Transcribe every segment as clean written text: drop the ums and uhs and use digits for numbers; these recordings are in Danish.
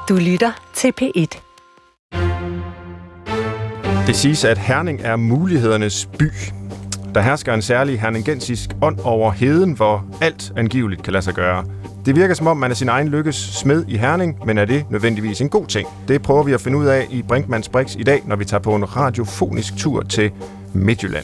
Du lytter til P1. Det siges, at Herning er mulighedernes by. Der hersker en særlig herningensisk ånd over heden, hvor alt angiveligt kan lade sig gøre. Det virker som om, man er sin egen lykkes smed i Herning, men er det nødvendigvis en god ting? Det prøver vi at finde ud af i Brinkmanns Brix i dag, når vi tager på en radiofonisk tur til Midtjylland.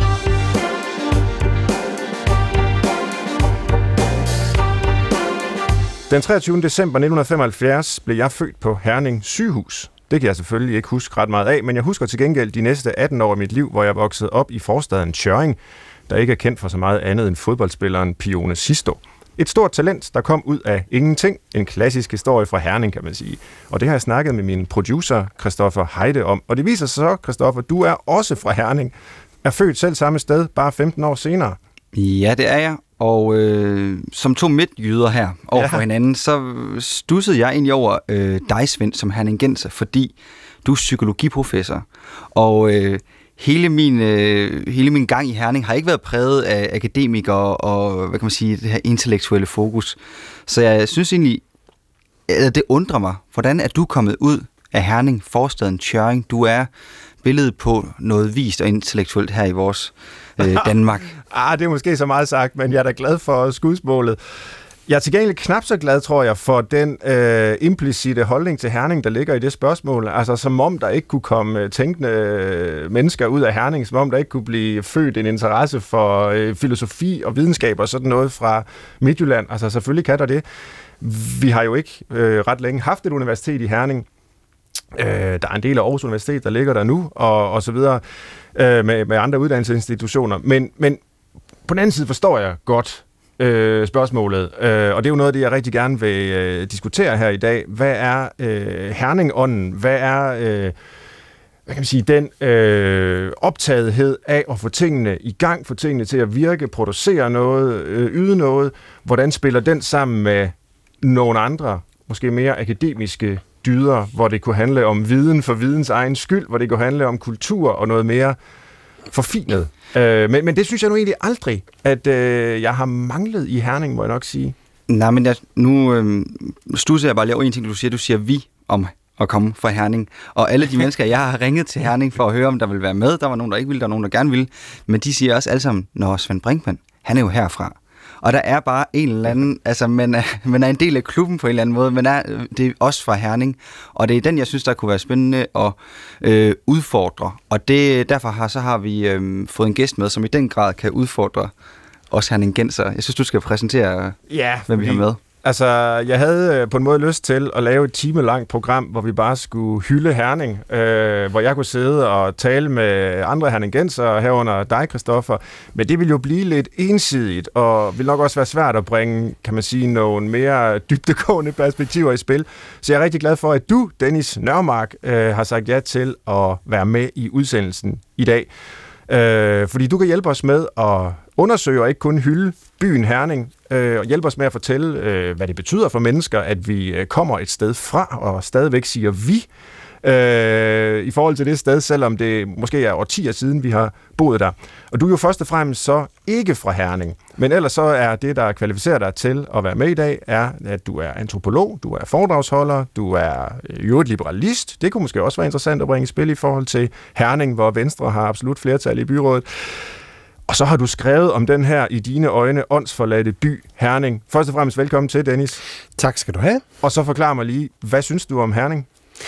Den 23. december 1975 blev jeg født på Herning Sygehus. Det kan jeg selvfølgelig ikke huske ret meget af, men jeg husker til gengæld de næste 18 år af mit liv, hvor jeg voksede op i forstaden Tjørring, der ikke er kendt for så meget andet end fodboldspilleren Pione Sisto. Et stort talent, der kom ud af ingenting. En klassisk historie fra Herning, kan man sige. Og det har jeg snakket med min producer, Christoffer Heide, om. Og det viser sig så, Christoffer, du er også fra Herning. Er født selv samme sted, bare 15 år senere. Ja, det er jeg. Og som to midtjyder her over for hinanden, så stussede jeg egentlig over dig, Svend, som herningenser, fordi du er psykologiprofessor. Og hele min gang i Herning har ikke været præget af akademikere og, hvad kan man sige, det her intellektuelle fokus. Så jeg synes egentlig, at det undrer mig, hvordan er du kommet ud af Herning, forstaden Tjørring? Du er billedet på noget vist og intellektuelt her i vores Danmark. Det er måske så meget sagt, men jeg er da glad for skudsmålet. Jeg er til gengæld knap så glad, tror jeg, for den implicite holdning til Herning, der ligger i det spørgsmål. Altså som om der ikke kunne komme tænkende mennesker ud af Herning, som om der ikke kunne blive født en interesse for filosofi og videnskab og sådan noget fra Midtjylland. Altså selvfølgelig kan der det. Vi har jo ikke ret længe haft et universitet i Herning. Der er en del af Aarhus Universitet, der ligger der nu, og så videre, med andre uddannelsesinstitutioner. Men på den anden side forstår jeg godt spørgsmålet, og det er jo noget af det, jeg rigtig gerne vil diskutere her i dag. Hvad er Herning-ånden? Hvad er hvad kan man sige, den optagethed af at få tingene i gang, få tingene til at virke, producere noget, yde noget? Hvordan spiller den sammen med nogle andre, måske mere akademiske dyder, hvor det kunne handle om viden for videns egen skyld, hvor det kunne handle om kultur og noget mere forfinet. Men det synes jeg nu egentlig aldrig, at jeg har manglet i Herning, må jeg nok sige. Nej, men nu studser jeg bare lige over en ting, du siger vi om at komme fra Herning. Og alle de mennesker, jeg har ringet til Herning for at høre, om der vil være med, der var nogen, der ikke ville, der var nogen, der gerne ville, men de siger også alle sammen, når Svend Brinkmann, han er jo herfra. Og der er bare en eller anden, altså man er en del af klubben på en eller anden måde, men det er også fra Herning, og det er den, jeg synes, der kunne være spændende at udfordre. Og derfor har vi fået en gæst med, som i den grad kan udfordre os herningenser. Jeg synes, du skal præsentere, hvem vi har med. Altså, jeg havde på en måde lyst til at lave et timelangt program, hvor vi bare skulle hylde Herning, hvor jeg kunne sidde og tale med andre herningenser, herunder dig, Christoffer. Men det ville jo blive lidt ensidigt, og vil nok også være svært at bringe, kan man sige, nogle mere dybdegående perspektiver i spil. Så jeg er rigtig glad for, at du, Dennis Nørmark, har sagt ja til at være med i udsendelsen i dag. Fordi du kan hjælpe os med at undersøge og ikke kun hylde byen Herning, og hjælpe os med at fortælle, hvad det betyder for mennesker, at vi kommer et sted fra, og stadigvæk siger vi, i forhold til det sted, selvom det måske er årtier siden, vi har boet der. Og du er jo først og fremmest så ikke fra Herning, men ellers så er det, der kvalificerer dig til at være med i dag, er, at du er antropolog, du er foredragsholder, du er jo et liberalist. Det kunne måske også være interessant at bringe spil i forhold til Herning, hvor Venstre har absolut flertal i byrådet. Og så har du skrevet om den her, i dine øjne, åndsforladte by, Herning. Først og fremmest velkommen til, Dennis. Tak skal du have. Og så forklar mig lige, hvad synes du om Herning?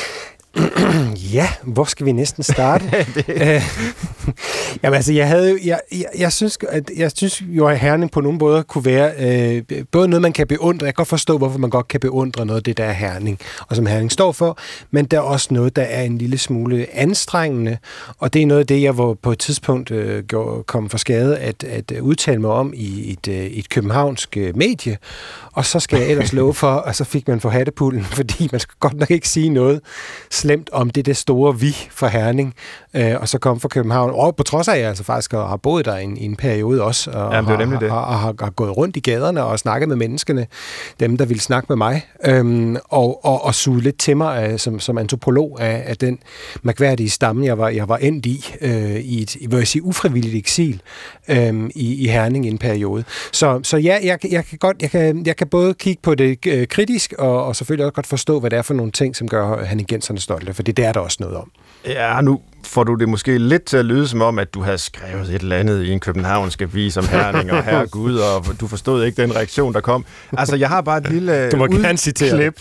Ja, hvor skal vi næsten starte? Jamen altså, jeg synes jo, at Herning på nogle måder kunne være både noget, man kan beundre. Jeg kan godt forstå, hvorfor man godt kan beundre noget af det, der er Herning, og som Herning står for, men der er også noget, der er en lille smule anstrengende, og det er noget af det, jeg på et tidspunkt kom for skade at udtale mig om i et københavnsk medie, og så skal jeg ellers love for, og så fik man for hattepullen, fordi man skal godt nok ikke sige noget slemt om det der store vi fra Herning, og så kom fra København. Og på trods af, at jeg altså faktisk har boet der i en periode også, og har gået rundt i gaderne og snakket med menneskene, dem der ville snakke med mig, og suge lidt til mig som antropolog af den mærkværdige stamme, jeg var endt i et, vil jeg sige, ufrivilligt eksil i Herning i en periode. Så ja, jeg kan både kigge på det kritisk, og selvfølgelig også godt forstå, hvad det er for nogle ting, som gør herningenserne stolte, for det er der også noget om. Ja, nu får du det måske lidt til at lyde som om, at du har skrevet et eller andet i en københavnsk avis om Herning og herregud, og du forstod ikke den reaktion, der kom. Altså, jeg har bare et lille udklip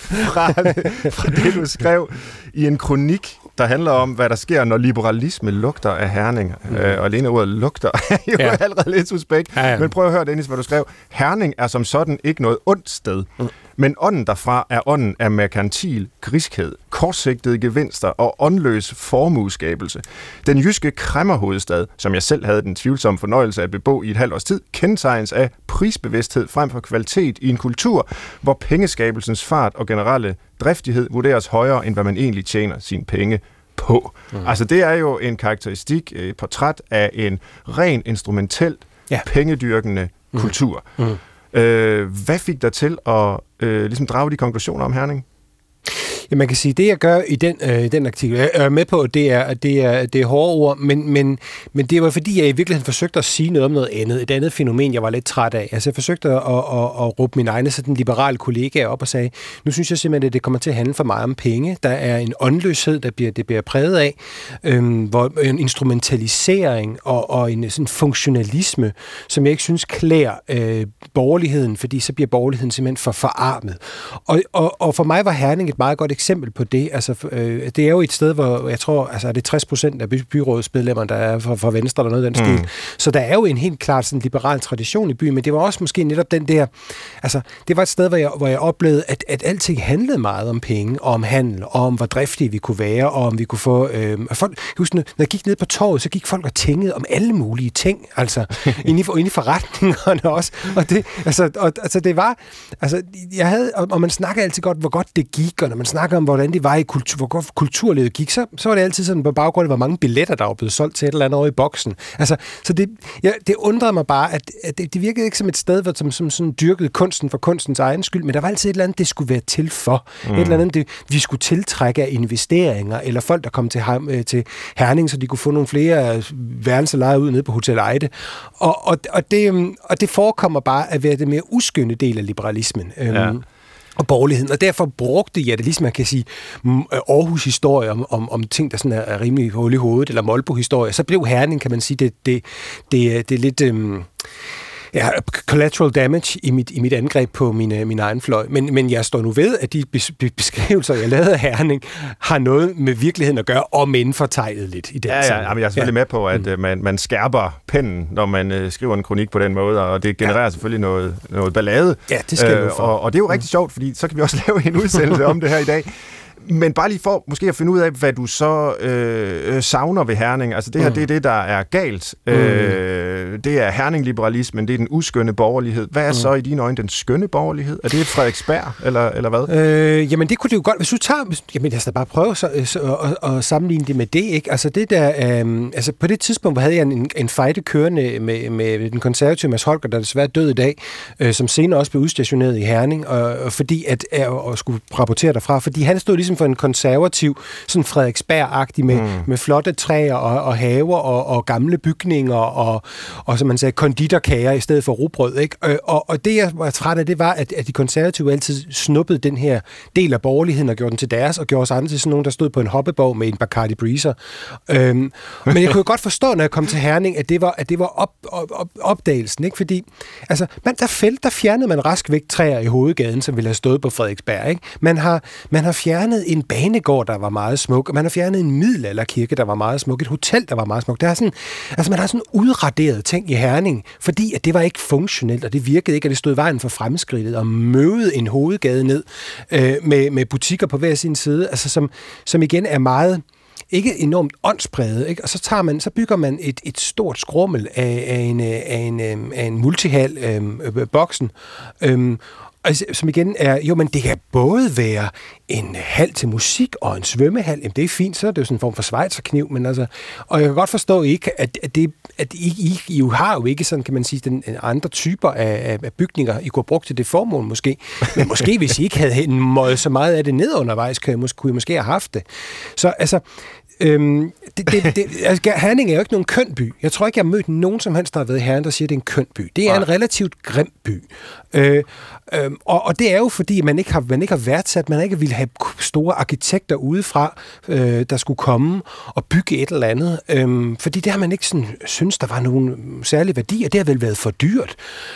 fra det, du skrev i en kronik, der handler om, hvad der sker, når liberalisme lugter af Herning. Og alene ordet lugter er jo allerede lidt suspekt. Ja. Men prøv at høre, Dennis, hvad du skrev. Herning er som sådan ikke noget ondt sted. Men ånden derfra er ånden af merkantil griskhed, kortsigtede gevinster og åndløs formueskabelse. Den jyske kræmmerhovedstad, som jeg selv havde den tvivlsomme fornøjelse at bebo i et halvt års tid, kendetegnes af prisbevidsthed frem for kvalitet i en kultur, hvor pengeskabelsens fart og generelle driftighed vurderes højere, end hvad man egentlig tjener sine penge på. Altså det er jo en karakteristik, et portræt af en ren instrumentelt, pengedyrkende kultur. Hvad fik dig til at ligesom drage de konklusioner om Herning? Ja, man kan sige, det jeg gør i den artikel, jeg er med på, det er hårde ord, men det var fordi, jeg i virkeligheden forsøgte at sige noget om noget andet, et andet fænomen, jeg var lidt træt af. Altså jeg forsøgte at råbe mine egne sådan liberale kollegaer op og sagde, nu synes jeg simpelthen, at det kommer til at handle for meget om penge. Der er en åndløshed, det bliver præget af, hvor en instrumentalisering og en sådan funktionalisme, som jeg ikke synes klæder borgerligheden, fordi så bliver borgerligheden simpelthen for forarmet. Og for mig var Herning et meget godt eksempel på det. Altså, det er jo et sted, hvor jeg tror, altså er det 60% af byrådsmedlemmerne, der er fra Venstre eller noget af den stil. Så der er jo en helt klart sådan liberal tradition i byen, men det var også måske netop den der, altså det var et sted, hvor jeg oplevede, at alting handlede meget om penge, og om handel, og om hvor driftige vi kunne være, og om vi kunne få... folk, husk, når jeg gik ned på torvet, så gik folk og tænkede om alle mulige ting, altså inde i forretningerne også. Og det, altså det var... Altså, jeg havde... Og man snakker altid godt, hvor godt det gik, og når man snakker om, hvordan det var i hvor godt kulturlivet gik, så var det altid sådan på baggrund af, hvor mange billetter, der var blevet solgt til et eller andet over i boksen. Altså, så det undrede mig bare, at det virkede ikke som et sted, som sådan dyrkede kunsten for kunstens egen skyld, men der var altid et eller andet, det skulle være til for. Et eller andet, vi skulle tiltrække af investeringer, eller folk, der kom til Herning, så de kunne få nogle flere værelser lejet ud nede på Hotel Eide. Og det forekommer bare at være det mere uskønne del af liberalismen. Og borgerligheden, og derfor brugte jeg det, ligesom man kan sige, Aarhus-historie om ting, der sådan er rimelig hul i hovedet, eller Molbo-historie, så blev Herning, kan man sige, det er lidt... collateral damage i mit angreb på min egen fløj. Men jeg står nu ved, at de beskrivelser, jeg lavede af Herning, har noget med virkeligheden at gøre, og men fortegnet lidt i den sammenhæng. Jeg er selvfølgelig med på, at man skærper pennen, når man skriver en kronik på den måde, og det genererer selvfølgelig noget ballade. Ja, det skal du for. Og det er jo rigtig sjovt, fordi så kan vi også lave en udsendelse om det her i dag. Men bare lige for måske at finde ud af, hvad du så savner ved Herning. Altså det her, det er det, der er galt. Det er Herning-liberalismen, det er den uskønne borgerlighed. Hvad er så i dine øjne den skønne borgerlighed? Er det Frederiksberg, eller hvad? Jamen det kunne det jo godt. Hvis du tager... Jamen jeg skal bare prøve at sammenligne det med det, ikke? Altså det der... altså på det tidspunkt, hvor havde jeg en fejde kørende med den konservative Mads Holger, der desværre død i dag, som senere også blev udstationeret i Herning, og fordi at skulle rapportere derfra, fordi han stod ligesom for en konservativ, sådan Frederiksberg-agtig med flotte træer og haver og gamle bygninger og som man sagde, konditorkager i stedet for rugbrød, ikke? Og det, jeg var træt af, det var, at de konservative altid snuppede den her del af borgerligheden og gjorde den til deres, og gjorde os andre til sådan nogen, der stod på en hoppeborg med en Bacardi Breezer. Men jeg kunne jo godt forstå, når jeg kom til Herning, at det var opdagelsen, ikke? Fordi, altså, der fjernede man rask væk træer i hovedgaden, som ville have stået på Frederiksberg, ikke? Man har fjernet en banegård, der var meget smuk, og man har fjernet en middelalderkirke, der var meget smuk, et hotel, der var meget smuk. Der er sådan, altså man har sådan udraderet ting i Herning, fordi at det var ikke funktionelt, og det virkede ikke, at det stod i vejen for fremskridtet, og møvede en hovedgade ned med butikker på hver sin side, altså som igen er meget ikke enormt åndspræget, ikke? Og så bygger man et stort skrummel af en multihal boksen, som igen er, jo, men det kan både være en hal til musik og en svømmehal. Jamen, det er fint, så er det jo sådan en form for schweizerkniv, men altså, og jeg kan godt forstå ikke, at I jo har jo ikke sådan, kan man sige, den andre typer af bygninger, I kunne bruge til det formål måske. Men måske, hvis I ikke havde møget så meget af det ned undervejs, kunne I måske have haft det. Så altså, Herning er jo ikke nogen køn by. Jeg tror ikke, jeg har mødt nogen som helst, der har været i Herning, der siger, at det er en køn by. Det er en relativt grim by. Og det er jo, fordi man ikke har værdsat, man ikke ville have store arkitekter udefra, der skulle komme og bygge et eller andet. Fordi det har man ikke sådan, synes, der var nogen særlig værdi, og det har vel været for dyrt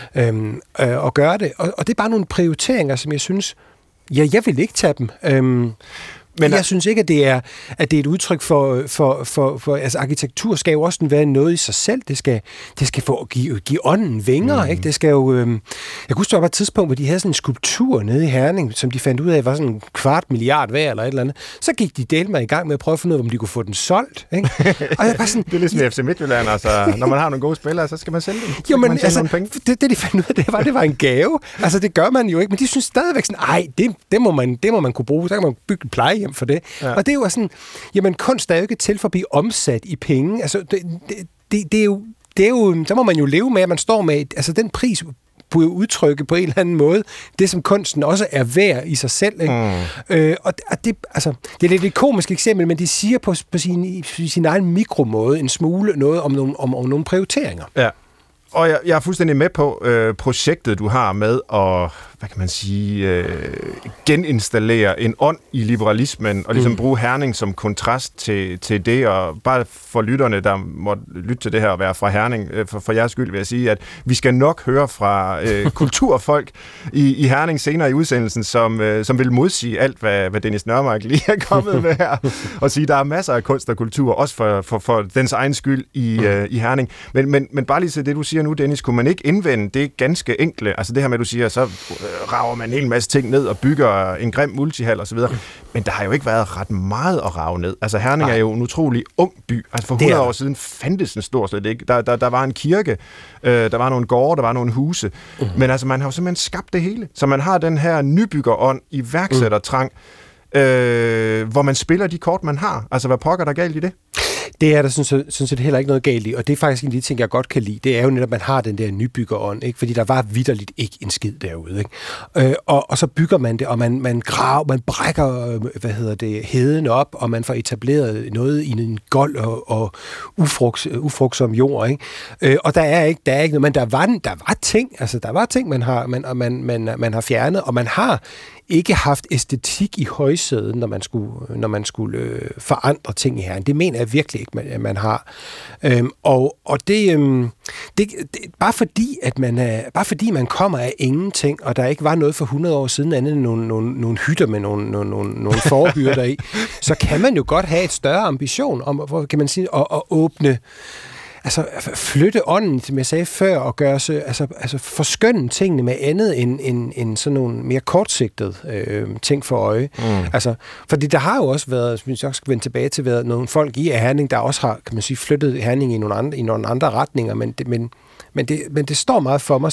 at gøre det. Og det er bare nogle prioriteringer, som jeg synes, jeg vil ikke tage dem. Men jeg synes ikke, at det er et udtryk for altså arkitektur skal jo også være noget i sig selv. Det skal få give ånden vinger, ikke? Det skal jo jeg kunne huske, der var et tidspunkt, hvor de havde sådan en skulptur nede i Herning, som de fandt ud af var sådan 250 milliarder værd eller et eller andet. Så gik de delt med i gang med at prøve at finde ud af, om de kunne få den solgt, ikke? Og jeg bare sådan, det er ligesom i FC Midtjylland, altså når man har nogle gode spillere, så skal man sælge dem. Jo, men altså, det de fandt ud af, det var en gave. Altså det gør man jo ikke, men de synes stadigvæk sådan, ej, det må man kunne bruge. Så kan man bygge en plejehjem for det. Ja. Og det er jo sådan, jamen kunst er jo ikke til for at blive omsat i penge. Altså det er jo, så må man jo leve med, at man står med, altså den pris burde udtrykke på en eller anden måde det, som kunsten også er værd i sig selv. Ikke? Og det, altså, det er lidt et komisk eksempel, men de siger på sin egen mikromåde en smule noget om nogle prioriteringer. Ja. Og jeg er fuldstændig med på projektet, du har med at, hvad kan man sige, geninstallere en ånd i liberalismen, og ligesom bruge Herning som kontrast til det, og bare for lytterne, der må lytte til det her og være fra Herning, for jeres skyld vil jeg sige, at vi skal nok høre fra kulturfolk i Herning senere i udsendelsen, som vil modsige alt, hvad Dennis Nørmark lige er kommet med her, og sige, at der er masser af kunst og kultur, også for dens egen skyld i Herning. Men bare lige til det, du siger nu, Dennis, kunne man ikke indvende det ganske enkle, altså det her med, du siger, så rager man en hel masse ting ned og bygger en grim multihal og så videre, men der har jo ikke været ret meget at rage ned. Altså Herning er jo en utrolig ung by. Altså for 100 år siden fandtes den stort set ikke. Der var en kirke, der var nogle gårde, der var nogle huse, men altså man har jo simpelthen skabt det hele. Så man har den her nybyggerånd, iværksættertrang, hvor man spiller de kort, man har. Altså hvad pokker der galt i det? Det er der sådan set heller ikke noget galt i, og det er faktisk en af de ting, jeg godt kan lide. Det er jo netop, at man har den der nybyggerånd, ikke? Fordi der var vitterligt ikke en skid derude. Ikke? Og så bygger man det, og man graver, man brækker heden op, og man får etableret noget i en gold og ufrugtsom jord. Ikke? Og der er ikke noget, men der var ting, altså der var ting, man har fjernet, og man har ikke haft æstetik i højsædet, når man skulle forandre ting i Herning. Det mener jeg virkelig ikke, at man har. Og det bare fordi man kommer af ingenting, og der ikke var noget for 100 år siden andet end nogle hytter med nogle forhyrter i, så kan man jo godt have et større ambition om, hvor kan man sige, at åbne, altså flytte ånden, som jeg sagde før, og gøre sig, altså forskønne tingene med andet end sådan nogle mere kortsigtede ting for øje. Altså, fordi der har jo også været, hvis jeg også skal vende tilbage til, været nogle folk i Herning, der også har, kan man sige, flyttet Herning i nogle andre retninger, men det står meget for mig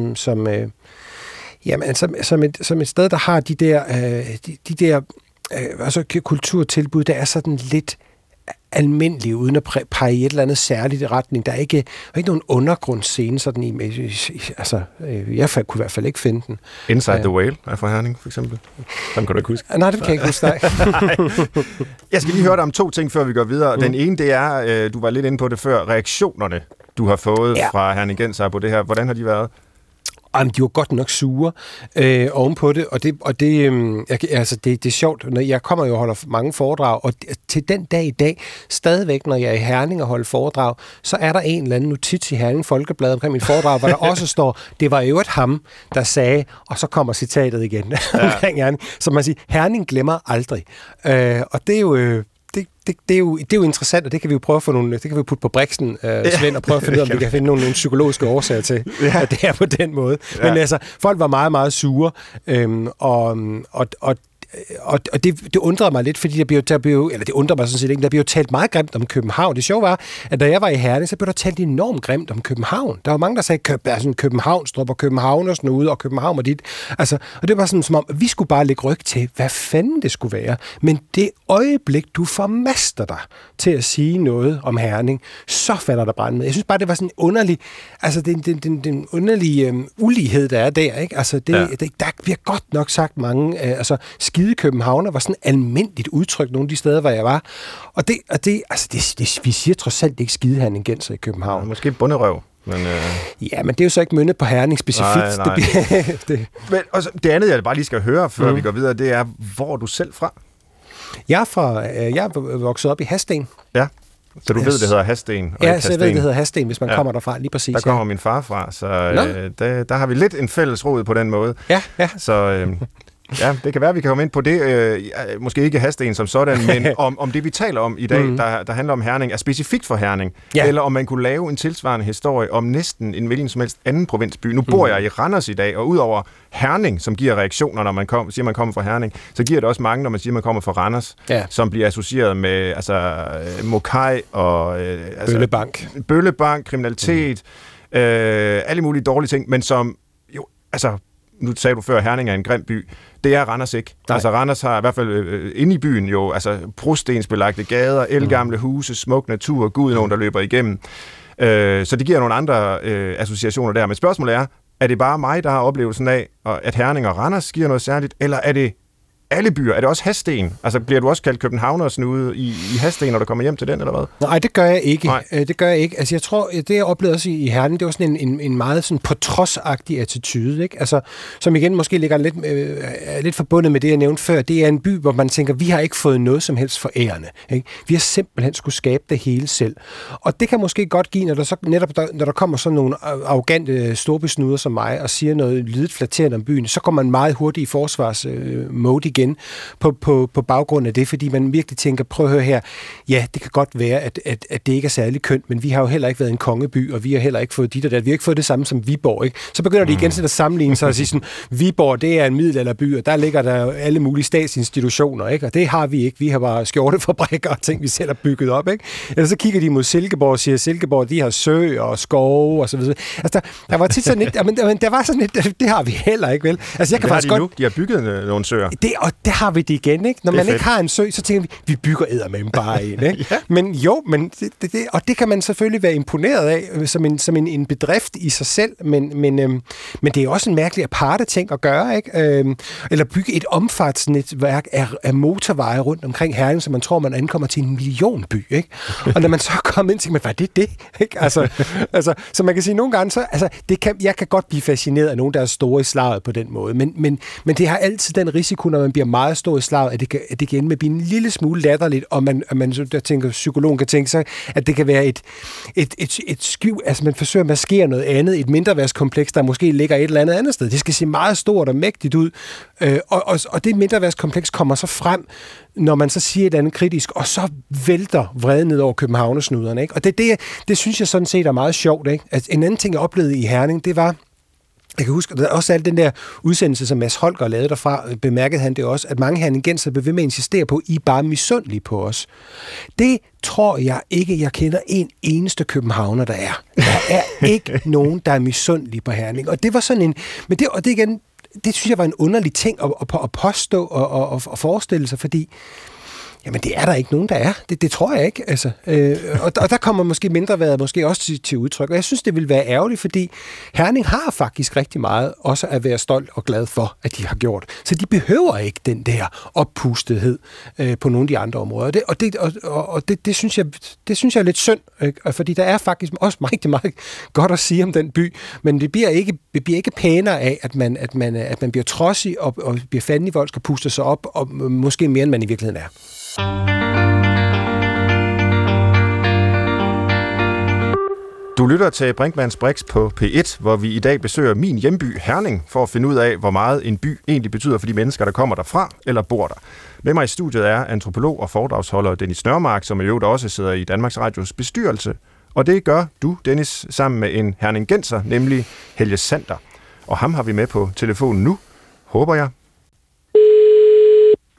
som et sted, der har de der altså kulturtilbud, der er sådan lidt almindelig, uden at pege i et eller andet særligt retning. Der er ikke nogen undergrundsscene, sådan altså, jeg kunne i hvert fald ikke finde den. Inside the Whale er fra Herning, for eksempel. Den kan du ikke huske. Nej, det kan jeg ikke huske, nej. Jeg skal lige høre dig om 2 ting, før vi går videre. Den ene, det er, du var lidt inde på det før, reaktionerne, du har fået fra herningenser på det her. Hvordan har de været? Jamen, de var godt nok sure ovenpå det, og det er sjovt, når jeg kommer jo og holder mange foredrag, og til den dag i dag, stadigvæk, når jeg er i Herning og holder foredrag, så er der en eller anden notits i Herning Folkeblad omkring mit foredrag, hvor der også står, det var jo et ham, der sagde, og så kommer citatet igen omkring Herning. Så man siger, Herning glemmer aldrig. Og det er jo... Det er jo interessant, og det kan vi jo prøve at få det kan vi putte på briksen, Svend, og prøve at finde ud af, om vi kan finde nogle psykologiske årsager til, at det er på den måde. Men altså, folk var meget, meget sure, og det undrede mig lidt, fordi det undrer mig sådan set ikke, der bliver jo talt meget grimt om København. Det sjove var, at da jeg var i Herning, så blev der talt enormt grimt om København. Der var mange, der sagde, Københavnstrup og Københavnersnude og København og dit. Altså, og det var sådan som om, vi skulle bare lægge ryg til, hvad fanden det skulle være. Men det øjeblik, du formaster dig til at sige noget om Herning, så falder der brand med. Jeg synes bare, det var sådan en underlig, altså den underlige ulighed, der er der, ikke? Altså, der bliver godt nok sagt mange, altså skide københavner var sådan almindeligt udtryk nogle af de steder, hvor jeg var. Og vi siger trods alt ikke skide herningenser i København. Ja, måske bunderøv. Men, Ja, men det er jo så ikke mønnet på Herning specifikt. Nej. Men også, det andet, jeg bare lige skal høre, før vi går videre, det er, hvor er du selv fra? Jeg er vokset op i Hadsten. Ja, så du ved, det hedder Hadsten. Ja, så jeg ved, det hedder Hadsten, hvis man kommer derfra, lige præcis. Der kommer min far fra, så der har vi lidt en fælles rod på den måde. Ja. Så ja, det kan være, vi kan komme ind på det. Måske ikke Hadsten som sådan, men om det, vi taler om i dag, der handler om Herning, er specifikt for Herning. Ja. Eller om man kunne lave en tilsvarende historie om næsten en hvilken som helst anden provinsby. Nu bor jeg i Randers i dag, og udover Herning, som giver reaktioner, når man siger, man kommer fra Herning, så giver det også mange, når man siger, man kommer fra Randers, som bliver associeret med Mokai og Bøllebank, kriminalitet, alle mulige dårlige ting, men som jo, altså, nu sagde du før, Herning er en grim by. Det er Randers ikke. Nej. Altså Randers har i hvert fald inde i byen jo, altså brostensbelagte gader, ældgamle huse, smuk natur, gudnåen, der løber igennem. Så det giver nogle andre associationer der. Men spørgsmålet er det bare mig, der har oplevelsen af, at Herning og Randers giver noget særligt, eller er det alle byer? Er det også Hadsten? Altså, bliver du også kaldt københavnersnude i Hadsten, når du kommer hjem til den, eller hvad? Nej, det gør jeg ikke. Det gør jeg ikke. Altså, jeg tror, det jeg oplevede også i Herning, det var sådan en meget sådan på trodsagtig attitude, ikke? Altså, som igen måske ligger lidt forbundet med det, jeg nævnte før. Det er en by, hvor man tænker, vi har ikke fået noget som helst forærende, ikke? Vi har simpelthen skulle skabe det hele selv. Og det kan måske godt give, når der kommer sådan nogle arrogante storbysnuder som mig, og siger noget lydigt flatterende om byen, så kommer man meget hurtigt i forsvarsmode igen på baggrund af det, fordi man virkelig tænker, prøv at høre her, ja, det kan godt være, at det ikke er særlig kønt, men vi har jo heller ikke været en kongeby, og vi har heller ikke fået dit og dat. Vi har ikke fået det samme som Viborg, ikke? Så begynder de igen at sammenligne sig og sige sådan, Viborg, det er en middelalderby, og der ligger der alle mulige statsinstitutioner, ikke? Og det har vi ikke. Vi har bare skjortefabrikker og ting, vi selv har bygget op, ikke? Eller så kigger de mod Silkeborg og siger, Silkeborg, de har sø og skove og så videre. Altså, der var tit sådan lidt, men der var sådan lidt, det har vi heller ikke, vel? Altså, jeg kan faktisk godt... De har bygget nogle søer. Og der har vi det igen, ikke? Når man ikke har en sø, så tænker vi bygger eddermame bare en, ikke? Ja. Men jo, og det kan man selvfølgelig være imponeret af, som en bedrift i sig selv, men det er også en mærkelig aparte ting at gøre, ikke? Eller bygge et omfartsnetværk af motorveje rundt omkring Herning, så man tror, man ankommer til en millionby, ikke? Og når man så kommer ind, tænker man, hvad er det? Ikke? Altså, så man kan sige, nogle gange, så, altså, jeg kan godt blive fascineret af nogen, der er store i slaget på den måde, men det har altid den risiko, når man bliver meget stor i slaget, at det kan ende med at blive en lille smule latterligt, og der tænker, psykologen kan tænke sig, at det kan være et skyv, altså man forsøger at maskere noget andet, et mindreværdskompleks, der måske ligger et eller andet sted. Det skal se meget stort og mægtigt ud, og det mindreværdskompleks kommer så frem, når man så siger et andet kritisk, og så vælter vreden ned over københavnersnuderne, ikke? Og det synes jeg sådan set er meget sjovt, ikke? Altså, en anden ting, jeg oplevede i Herning, det var, jeg kan huske, også alt den der udsendelse, som Mads Holger lavede derfra, bemærkede han det også, at mange herningenser blev ved med at insistere på, I er bare misundelige på os. Det tror jeg ikke, jeg kender en eneste københavner, der er. Der er ikke nogen, der er misundelige på Herning. Og det var sådan en... Men det igen, det synes jeg var en underlig ting at påstå og forestille sig, fordi... Jamen, det er der ikke nogen, der er. Det tror jeg ikke. Altså, og der kommer måske mindre været måske også til udtryk. Og jeg synes, det vil være ærgerligt, fordi Herning har faktisk rigtig meget også at være stolt og glad for, at de har gjort. Så de behøver ikke den der oppustethed på nogle af de andre områder. Det synes jeg er lidt synd, ikke? Fordi der er faktisk også rigtig meget godt at sige om den by, men det bliver ikke pænere af, at man bliver trodsig og bliver fandenivoldsk og puster sig op, og måske mere, end man i virkeligheden er. Du lytter til Brinkmanns Brix på P1, hvor vi i dag besøger min hjemby Herning, for at finde ud af, hvor meget en by egentlig betyder for de mennesker, der kommer derfra eller bor der. Med mig i studiet er antropolog og foredragsholder Dennis Nørmark, som i øvrigt også sidder i Danmarks Radios bestyrelse. Og det gør du, Dennis, sammen med en herningenser, nemlig Helge Sander. Og ham har vi med på telefonen nu, håber jeg.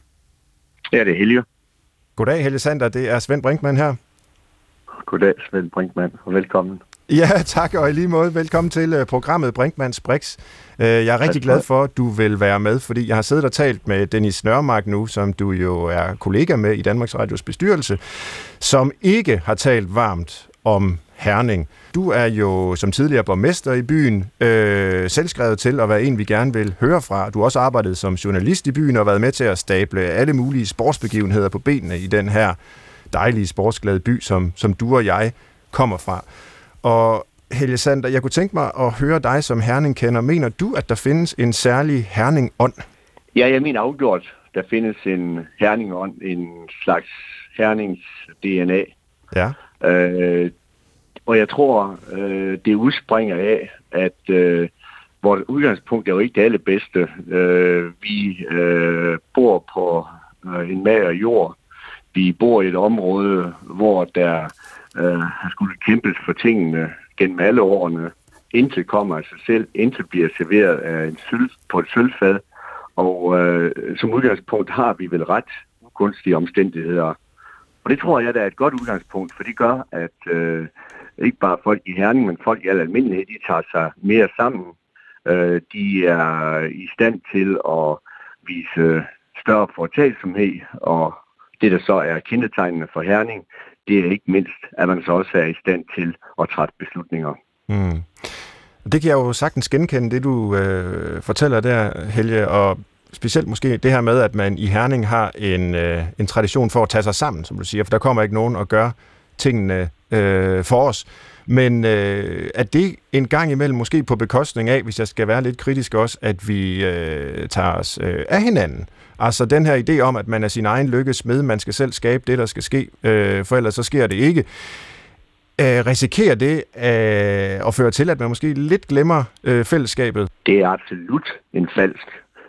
Her er det Helge. Goddag, Helge Sander. Det er Svend Brinkmann her. Goddag, Svend Brinkmann, og velkommen. Ja, tak, og i lige måde velkommen til programmet Brinkmanns Brix. Jeg er rigtig glad for, at du vil være med, fordi jeg har siddet og talt med Dennis Nørmark nu, som du jo er kollega med i Danmarks Radios bestyrelse, som ikke har talt varmt om Herning. Du er jo som tidligere borgmester i byen selvskrevet til at være en, vi gerne vil høre fra. Du har også arbejdet som journalist i byen og været med til at stable alle mulige sportsbegivenheder på benene i den her dejlige sportsglade by, som du og jeg kommer fra. Og Helge Sander, jeg kunne tænke mig at høre dig som Herning-kender. Mener du, at der findes en særlig Herning-ånd? Ja, jeg mener afgjort, der findes en Herning-ånd, en slags Hernings-DNA. Ja. Og jeg tror, det udspringer af, at vores udgangspunkt er jo ikke det allerbedste. Vi bor på en mager jord. Vi bor i et område, hvor der har skulle kæmpes for tingene gennem alle årene. Intet kommer af sig selv, intet bliver serveret af på et sølvfad. Og som udgangspunkt har vi vel ret gunstige omstændigheder. Og det tror jeg, der er et godt udgangspunkt, for det gør, at ikke bare folk i Herning, men folk i al almindelighed, de tager sig mere sammen. De er i stand til at vise større foretagsomhed, og det, der så er kendetegnende for Herning, det er ikke mindst, at man så også er i stand til at træffe beslutninger. Mm. Det kan jeg jo sagtens genkende, det du fortæller der, Helge, og specielt måske det her med, at man i Herning har en tradition for at tage sig sammen, som du siger, for der kommer ikke nogen og gør tingene for os. Men at det en gang imellem måske på bekostning af, hvis jeg skal være lidt kritisk også, at vi tager os af hinanden. Altså den her idé om, at man er sin egen lykkes smed, man skal selv skabe det, der skal ske, for ellers så sker det ikke. Risikerer det at føre til, at man måske lidt glemmer fællesskabet? Det er absolut en falsk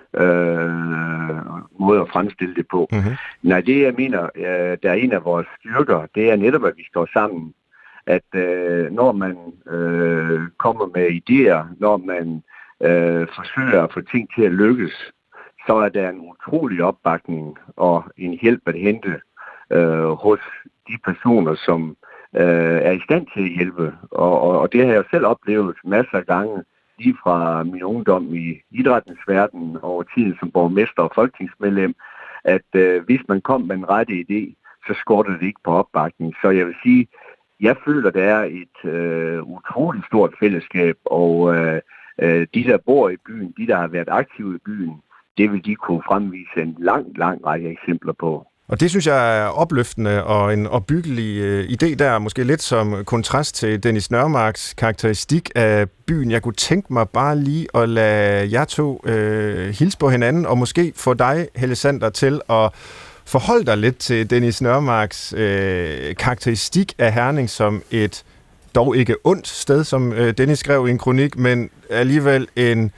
måde at fremstille det på. Mm-hmm. Nej, det jeg mener, der er en af vores styrker, det er netop, at vi står sammen. At når man kommer med idéer, når man forsøger at få ting til at lykkes, så er der en utrolig opbakning og en hjælp at hente hos de personer, som er i stand til at hjælpe. Og det har jeg selv oplevet masser af gange, lige fra min ungdom i idrættens verden over tiden som borgmester og folketingsmedlem, at hvis man kom med en rette idé, så skortede det ikke på opbakning. Så jeg vil sige, jeg føler, der er et utroligt stort fællesskab, og de, der bor i byen, de, der har været aktive i byen, det vil de kunne fremvise en lang række eksempler på. Og det synes jeg er opløftende og en opbyggelig idé der, måske lidt som kontrast til Dennis Nørmarks karakteristik af byen. Jeg kunne tænke mig bare lige at lade jer to hilse på hinanden, og måske få dig, Helge Sander, til at forholde dig lidt til Dennis Nørmarks karakteristik af Herning som et dog ikke ondt sted, som Dennis skrev i en kronik, men alligevel en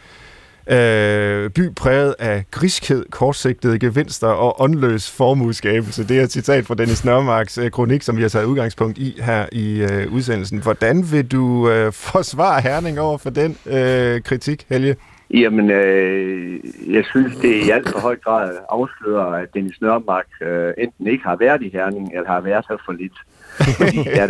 by præget af griskhed, kortsigtede gevinster og åndløs formueskabelse. Det er et citat fra Dennis Nørmarks kronik, som vi har taget udgangspunkt i her i udsendelsen. Hvordan vil du forsvare Herning over for den kritik, Helge? Jamen, jeg synes, det i alt for høj grad afslører, at Dennis Nørmark enten ikke har været i Herning, eller har været her for lidt. Fordi er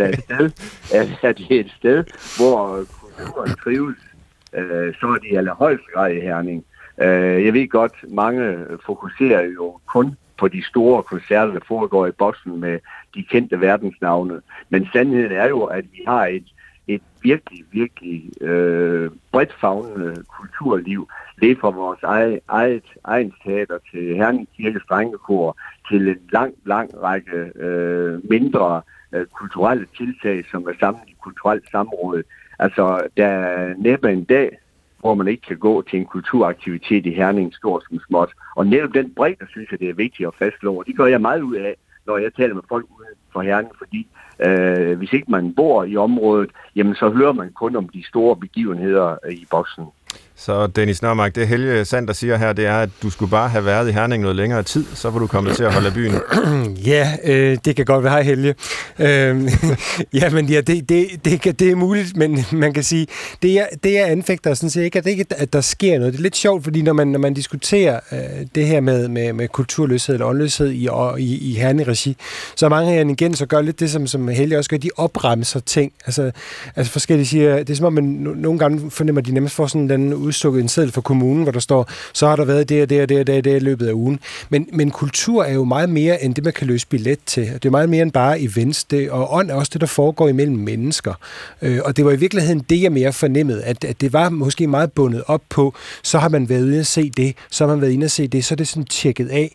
det et sted, hvor kulturen trives, så er det i allerhøjeste grad i Herning. Jeg ved godt, mange fokuserer jo kun på de store koncerter, der foregår i boksen med de kendte verdensnavne. Men sandheden er jo, at vi har et virkelig bredt favnende kulturliv. Det er fra vores egen teater til Herning Kirkes Drengekor til en lang række mindre kulturelle tiltag, som er samlet i kulturelt samråd. Altså, der er næppe en dag, hvor man ikke kan gå til en kulturaktivitet i Herning, stort som småt. Og netop den bredde, synes jeg, det er vigtigt at fastslå. Og det gør jeg meget ud af, når jeg taler med folk uden for Herning, fordi hvis ikke man bor i området, jamen så hører man kun om de store begivenheder i boksen. Så Dennis Nørmark, det Helge Sander siger her, det er, at du skulle bare have været i Herning noget længere tid, så var du kommet til at holde af byen. Ja, det kan godt være. Hej Helge. Det er muligt, men man kan sige, det jeg anfægter sådan set ikke, at der sker noget. Det er lidt sjovt, fordi når man diskuterer det her med kulturløshed eller åndløshed i Herning-regi, så er mange herinde igen, så gør lidt det, som Helge også gør, de opremser ting. Altså forskellige siger, det er som om, man nogle gange fornemmer, at de nemmest får sådan den udstukket en seddel for kommunen, hvor der står, så har der været det i løbet af ugen. Men kultur er jo meget mere end det, man kan løse billet til. Det er meget mere end bare events. Og ånd er også det, der foregår imellem mennesker. Og det var i virkeligheden det, jeg mere fornemmede, at det var måske meget bundet op på, så har man været inde at se det, så har man været inde at se det, så er det sådan tjekket af.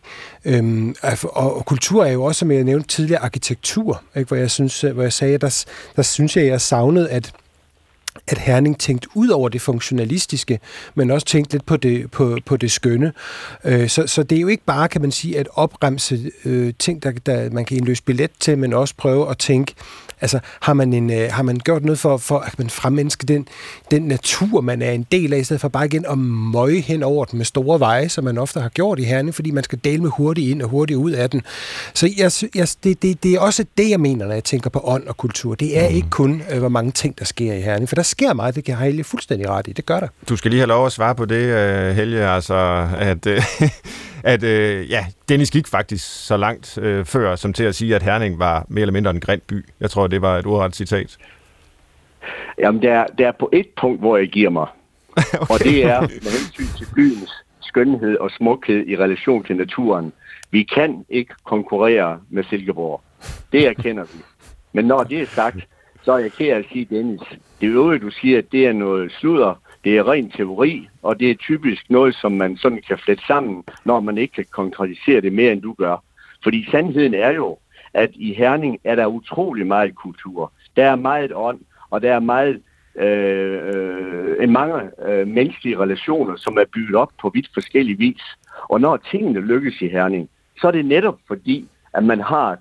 Og kultur er jo også, som jeg nævnte tidligere, arkitektur, ikke? Hvor jeg sagde, der synes jeg savnede, at Herning tænkte ud over det funktionalistiske, men også tænkte lidt på det skønne. Så det er jo ikke bare, kan man sige, at opremse ting, der man kan indløse billet til, men også prøve at tænke, altså har man gjort noget for at man fremmenneske den natur, man er en del af, i stedet for bare igen at møje hen over den med store veje, som man ofte har gjort i Herning, fordi man skal dele med hurtigt ind og hurtigt ud af den. Så det er også det, jeg mener, når jeg tænker på ånd og kultur. Det er ikke kun, hvor mange ting, der sker i Herning, for der sker meget, det kan Helge fuldstændig ret i. Det gør der. Du skal lige have lov at svare på det, Helge, altså at Dennis gik faktisk så langt før, som til at sige, at Herning var mere eller mindre en grim by. Jeg tror, det var et ordret citat. Jamen, der er på et punkt, hvor jeg giver mig. Okay. Og det er med hensyn til byens skønhed og smukhed i relation til naturen. Vi kan ikke konkurrere med Silkeborg. Det erkender vi. Men når det er sagt, så er jeg ked af at sige, Dennis, det øvrige, du siger, at det er noget sludder, det er ren teori, og det er typisk noget, som man sådan kan flette sammen, når man ikke kan konkretisere det mere, end du gør. Fordi sandheden er jo, at i Herning er der utrolig meget kultur. Der er meget ånd, og der er meget mange menneskelige relationer, som er bygget op på vidt forskellige vis. Og når tingene lykkes i Herning, så er det netop fordi, at man har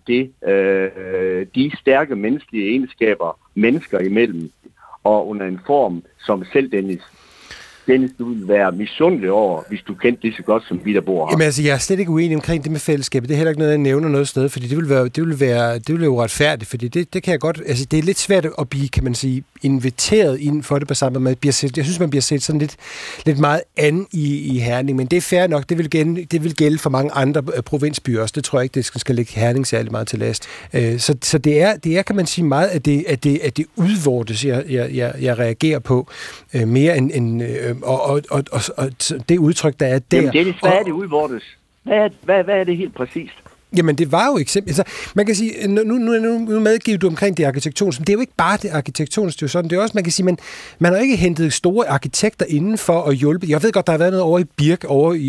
de stærke menneskelige egenskaber mennesker imellem, og under en form, som selv Dennis, du vil være misundelig over, hvis du kendte det så godt, som vi der bor her. Jamen altså, jeg er slet ikke uenig omkring det med fællesskabet. Det er heller ikke noget, jeg nævner noget sted, fordi det vil være uretfærdigt, fordi det kan jeg godt, altså det er lidt svært at blive, kan man sige, inviteret ind for det på samme måde. Jeg synes, man bliver set sådan lidt meget an i Herning, men det er fair nok, det vil gælde for mange andre provinsbyer også. Det tror jeg ikke, det skal lægge Herning særlig meget til last. Så det er, kan man sige, meget af det udvortes, jeg reagerer på, mere end og det udtryk, der er der. Jamen Dennis, hvad er det udvortes? Hvad er det helt præcist? Jamen, det var jo eksempel. Altså, man kan sige, nu medgiver du omkring det arkitektoniske, men det er jo ikke bare det arkitektoniske, det er jo sådan, det er også, man kan sige, man har ikke hentet store arkitekter inden for at hjælpe. Jeg ved godt, der har været noget over i Birk,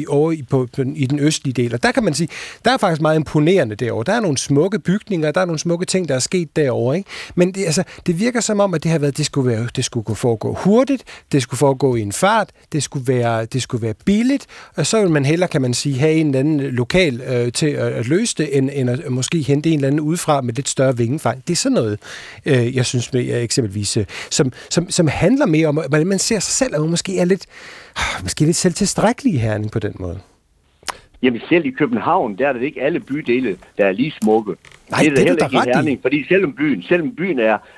i den østlige del, og der kan man sige, der er faktisk meget imponerende derovre. Der er nogle smukke bygninger, der er nogle smukke ting, der er sket derovre, ikke? Men det virker som om, at det har været, det skulle foregå hurtigt, det skulle foregå i en fart, det skulle være billigt, og så vil man hellere, kan man sige, have en eller anden lokal til at løse det, end at måske hente en eller anden udefra med lidt større vingefang. Det er sådan noget, jeg synes med eksempelvis, som handler mere om, hvordan man ser sig selv, og man måske er lidt selvtilstrækkelig i Herning på den måde. Jamen selv i København, der er det ikke alle bydele, der er lige smukke. Nej, det er heller ikke i Herning, fordi selvom byen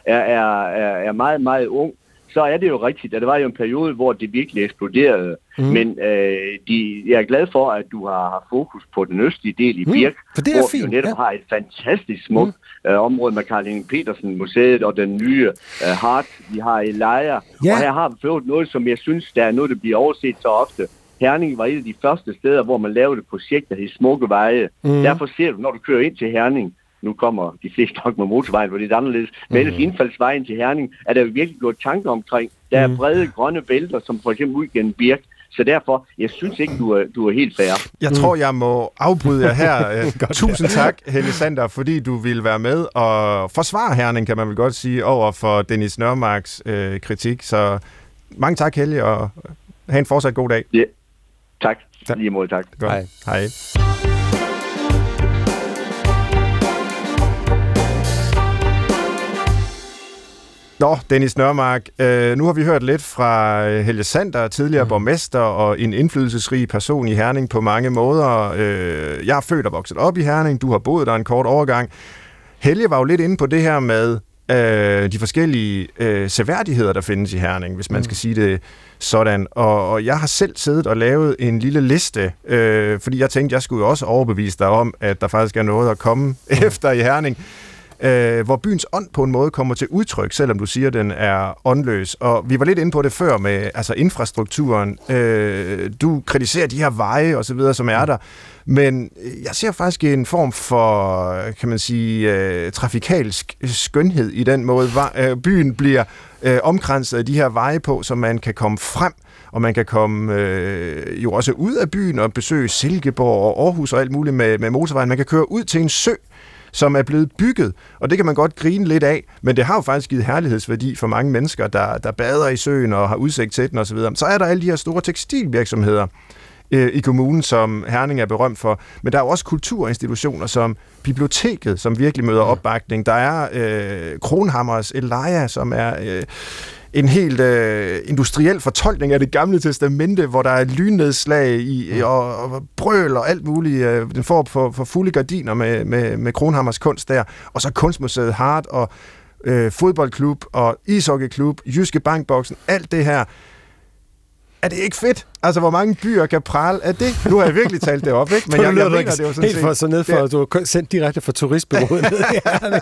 er meget, meget ung, så er det jo rigtigt, at det var jo en periode, hvor det virkelig eksploderede. Men jeg er glad for, at du har fokus på den østlige del i Birk, hvor vi jo netop har et fantastisk smukt område med Carl Henning Petersen Museet og den nye Hart, vi har i Lejre. Ja. Og her har vi fået noget, som jeg synes, der er noget, der bliver overset så ofte. Herning var et af de første steder, hvor man lavede et projekt, der hed Smukke Veje. Derfor ser du, når du kører ind til Herning, nu kommer de fleste nok med motorvejen, hvor det er anderledes. Men ellers indfaldsvejen til Herning er der virkelig gjort tanker omkring. Der er brede grønne bælter, som for eksempel ud gennem Birk. Så derfor, jeg synes ikke, du er helt fair. Jeg tror, jeg må afbryde jer her. Tusind tak, Helge Sander, fordi du ville være med og forsvare Herning, kan man vel godt sige, over for Dennis Nørmarks kritik. Så mange tak, Helge, og have en fortsat god dag. Ja, tak. Lige mod, tak. Godt. Hej. Nå, Dennis Nørmark, nu har vi hørt lidt fra Helge Sander, tidligere borgmester og en indflydelsesrig person i Herning på mange måder. Jeg er født og vokset op i Herning, du har boet der en kort overgang. Helge var jo lidt inde på det her med de forskellige seværdigheder, der findes i Herning, hvis man skal sige det sådan. Og jeg har selv siddet og lavet en lille liste, fordi jeg tænkte, jeg skulle jo også overbevise dig om, at der faktisk er noget at komme efter i Herning. Hvor byens ånd på en måde kommer til udtryk, selvom du siger, at den er åndløs. Og vi var lidt inde på det før med infrastrukturen. Du kritiserer de her veje og så videre, som er der. Men jeg ser faktisk en form for, kan man sige, trafikalsk skønhed i den måde, byen bliver omkranset af de her veje på, så man kan komme frem, og man kan komme jo også ud af byen og besøge Silkeborg og Aarhus og alt muligt med motorvejen. Man kan køre ud til en sø, som er blevet bygget, og det kan man godt grine lidt af, men det har jo faktisk givet herlighedsværdi for mange mennesker, der bader i søen og har udsigt til den osv. Så er der alle de her store tekstilvirksomheder i kommunen, som Herning er berømt for, men der er jo også kulturinstitutioner som biblioteket, som virkelig møder opbakning. Der er Kronhammers Elijah, som er en helt industriel fortolkning af det gamle testamente, hvor der er lynnedslag i og brøl og alt muligt. Den får for fulde gardiner med Kronhammers kunst der. Og så Kunstmuseet Hart og fodboldklub og ishockeyklub, Jyske Bankboksen, alt det her. Er det ikke fedt? Altså, hvor mange byer kan prale af det? Nu har jeg virkelig talt det op, ikke? Men jeg mener det jo sådan helt for så ned for, at du har sendt direkte fra turistbureauet ned i Herning.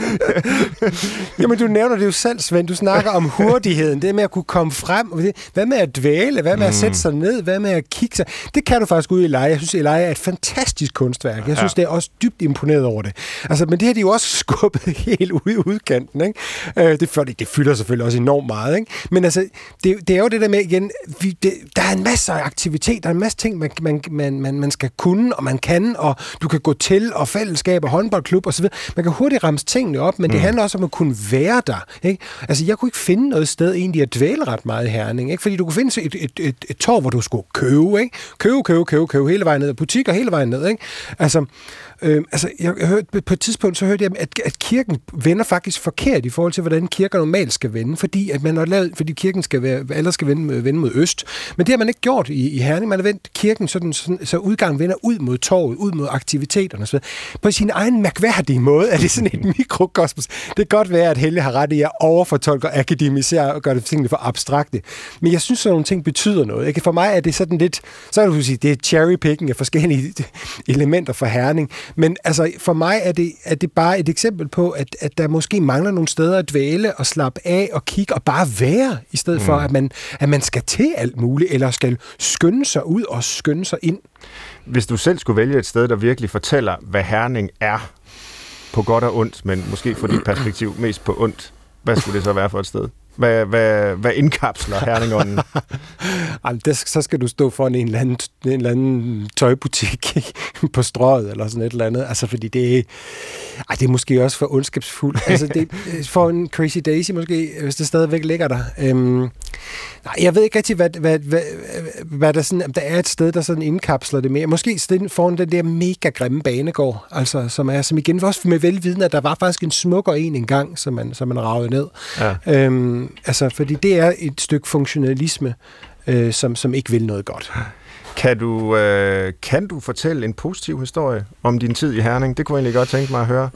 Jamen, du nævner det jo selv, Svend. Du snakker om hurtigheden, det med at kunne komme frem. Hvad med at dvæle? Hvad med at sætte sig ned? Hvad med at kigge sig? Det kan du faktisk ud i Elijah. Jeg synes, Elijah er et fantastisk kunstværk. Jeg synes, det er også dybt imponeret over det. Altså, men det har de jo også skubbet helt ud i udkanten, ikke? Det fylder selvfølgelig også enormt meget, ikke? Men altså, det er jo det der med igen, der er en masse aktivitet, der er en masse ting, man skal kunne, og man kan, og du kan gå til, og fællesskab, og håndboldklub, og så videre. Man kan hurtigt ramse tingene op, men det handler også om at kunne være der, ikke? Altså, jeg kunne ikke finde noget sted egentlig at dvæle ret meget i Herning, ikke? Fordi du kunne finde et torv, hvor du skulle købe, ikke? Købe hele vejen ned, og butikker hele vejen ned, ikke? Altså, jeg hørte på et tidspunkt, så hørte jeg, at kirken vender faktisk forkert i forhold til, hvordan kirker normalt skal vende, fordi at man har lavet, fordi kirken skal vende mod øst. Men det har man ikke gjort i Herning. Man har vendt kirken sådan, så udgangen vender ud mod torvet, ud mod aktiviteterne osv. På sin egen mærkværdige måde er det sådan et mikrokosmos. Det kan godt være, at Helge har ret i, at jeg overfortolker, akademiserer og gør det tingene for abstrakte. Men jeg synes, sådan nogle ting betyder noget. Ikke? For mig er det sådan lidt, så kan du sige, det er cherrypicking af forskellige elementer for Herning. Men altså, for mig er det bare et eksempel på, at der måske mangler nogle steder at dvæle og slappe af og kigge og bare være, i stedet for, at man skal til alt muligt, eller skal skynde sig ud og skynde sig ind. Hvis du selv skulle vælge et sted, der virkelig fortæller, hvad Herning er, på godt og ondt, men måske fra dit perspektiv mest på ondt, hvad skulle det så være for et sted? Hvad indkapsler Herningånden? Så skal du stå foran en eller anden tøjbutik på Strøget, eller sådan et eller andet. Altså, fordi det er måske også for ondskabsfuldt. Altså, det for en Crazy Daisy måske, hvis det stadigvæk ligger der. Jeg ved ikke rigtig, hvad der sådan, der er et sted, der sådan indkapsler det mere. Måske foran den der mega grimme banegård, altså, som igen også med velviden, at der var faktisk en smukker engang, som man ragede ned. Ja. Altså, fordi det er et stykke funktionalisme, som ikke vil noget godt. Kan du fortælle en positiv historie om din tid i Herning? Det kunne jeg egentlig godt tænke mig at høre.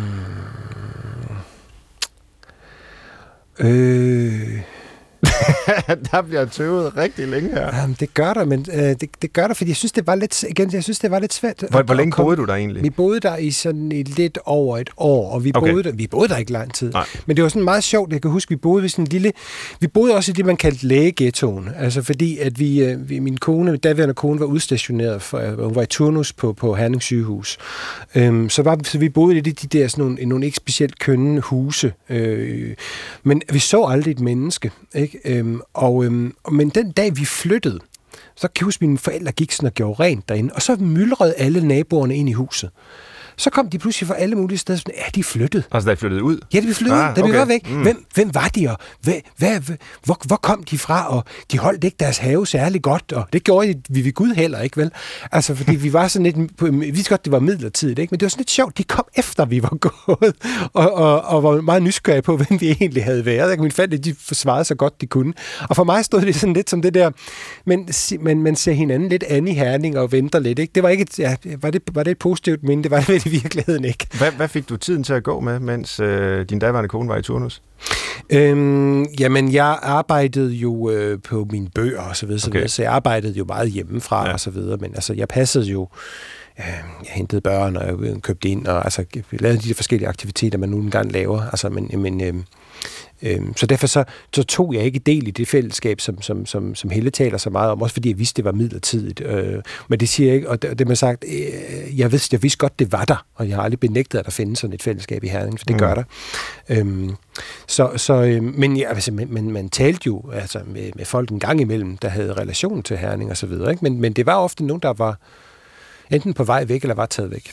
Der bliver tøvet rigtig længe her. Jamen, det gør der, men det gør der, fordi jeg synes, det var lidt svært. Hvor længe boede du der egentlig? Vi boede der i sådan lidt over et år, og vi boede der ikke lang tid. Nej. Men det var sådan meget sjovt, jeg kan huske, vi boede også i det, man kaldte lægeghettoen. Altså fordi, at min daværende kone var udstationeret, hun var i turnus på Herning sygehus. Så vi boede i de der sådan nogle ikke specielt kønne huse. Men vi så aldrig et menneske, ikke? Men den dag vi flyttede, så kan jeg huske, mine forældre gik sådan og gjorde rent derinde, og så myldrede alle naboerne ind i huset. Så kom de pludselig fra alle mulige steder, sådan, de flyttede. Altså, da de flyttede ud? Ja, de flyttede ud, da vi var væk. Hvem var de, og hvor kom de fra, og de holdt ikke deres have særlig godt, og det gjorde vi ved Gud heller ikke, vel? Altså, fordi vi var sådan lidt, vi vidste godt, det var midlertidigt, ikke? Men det var sådan lidt sjovt, de kom efter, vi var gået, og var meget nysgerrige på, hvem vi egentlig havde været. Ikke? Min forældre, de forsvarede så godt, de kunne. Og for mig stod det sådan lidt som det der, men man ser hinanden lidt an i Herning og venter lidt, ikke? Det var ikke var det et positivt minde? Det var det i virkeligheden ikke. Hvad fik du tiden til at gå med, mens din daværende kone var i turnus? Jamen, jeg arbejdede jo på mine bøger og så videre, så jeg arbejdede jo meget hjemmefra og så videre, men altså, jeg passede jo, jeg hentede børn, og jeg købte ind, og altså, jeg lavede de forskellige aktiviteter, man nu engang laver, altså, så derfor så tog jeg ikke del i det fællesskab, som Helle taler så meget om, også fordi jeg vidste, det var midlertidigt. Men det siger jeg ikke, og det man sagt, jeg vidste godt, det var der, og jeg har aldrig benægtet, at der findes sådan et fællesskab i Herning, for det gør der. Men man talte jo altså med folk en gang imellem, der havde relation til Herning og så videre, ikke? Men det var ofte nogen, der var enten på vej væk, eller var taget væk.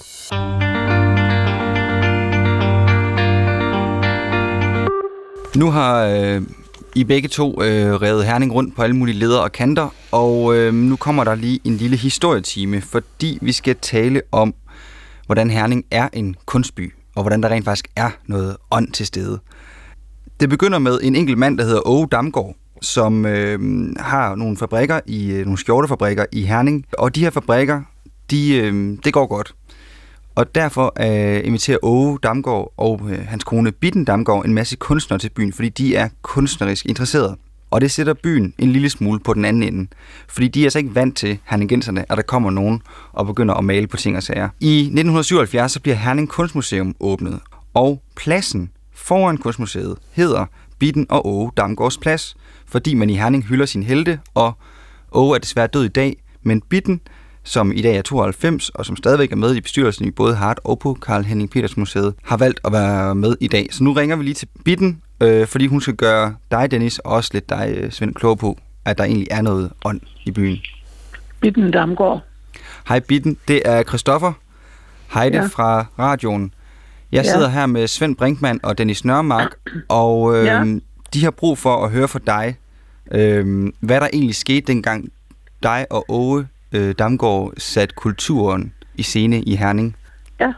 Nu har I begge to revet Herning rundt på alle mulige leder og kanter, og nu kommer der lige en lille historietime, fordi vi skal tale om, hvordan Herning er en kunstby, og hvordan der rent faktisk er noget ånd til stede. Det begynder med en enkelt mand, der hedder Åge Damgaard, som har nogle fabrikker nogle skjortefabrikker i Herning, og de her fabrikker, det går godt. Og derfor inviterer Åge Damgaard og hans kone Bitten Damgaard en masse kunstnere til byen, fordi de er kunstnerisk interesserede. Og det sætter byen en lille smule på den anden ende, fordi de er altså ikke vant til herningenserne, at der kommer nogen og begynder at male på ting og sager. I 1977 så bliver Herning Kunstmuseum åbnet, og pladsen foran Kunstmuseet hedder Bitten og Åge Damgaards Plads, fordi man i Herning hylder sin helte, og Åge er desværre død i dag, men Bitten, som i dag er 92, og som stadigvæk er med i bestyrelsen i både Hart og på Carl Henning Peters Museet, har valgt at være med i dag. Så nu ringer vi lige til Bitten, fordi hun skal gøre dig, Dennis, og også lidt dig, Svend, klog på, at der egentlig er noget ånd i byen. Bitten Damgaard. Hej Bitten, det er Christoffer Heide fra radioen. Jeg sidder her med Svend Brinkmann og Dennis Nørmark, og de har brug for at høre fra dig, hvad der egentlig skete dengang dig og Åge Damgaard satte kulturen i scene i Herning. Ja,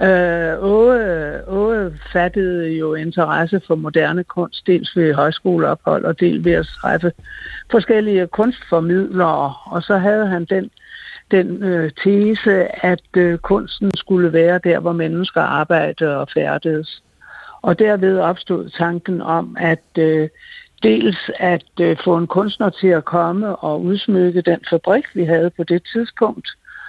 Åge fattede jo interesse for moderne kunst, dels ved højskoleophold og dels ved at træffe forskellige kunstformidlere, og så havde han den tese, at kunsten skulle være der, hvor mennesker arbejdede og færdedes. Og derved opstod tanken om, at dels at få en kunstner til at komme og udsmykke den fabrik, vi havde på det tidspunkt.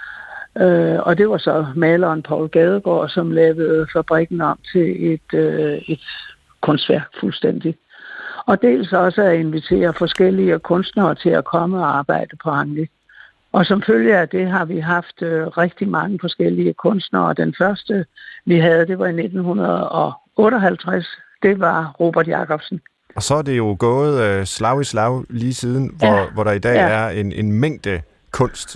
Og det var så maleren Poul Gadegaard, som lavede fabrikken om til et kunstværk fuldstændig. Og dels også at invitere forskellige kunstnere til at komme og arbejde på Angli. Og som følge af det har vi haft rigtig mange forskellige kunstnere. Den første, vi havde, det var i 1958. Det var Robert Jacobsen. Og så er det jo gået slag i slag lige siden, hvor der i dag er en mængde kunst,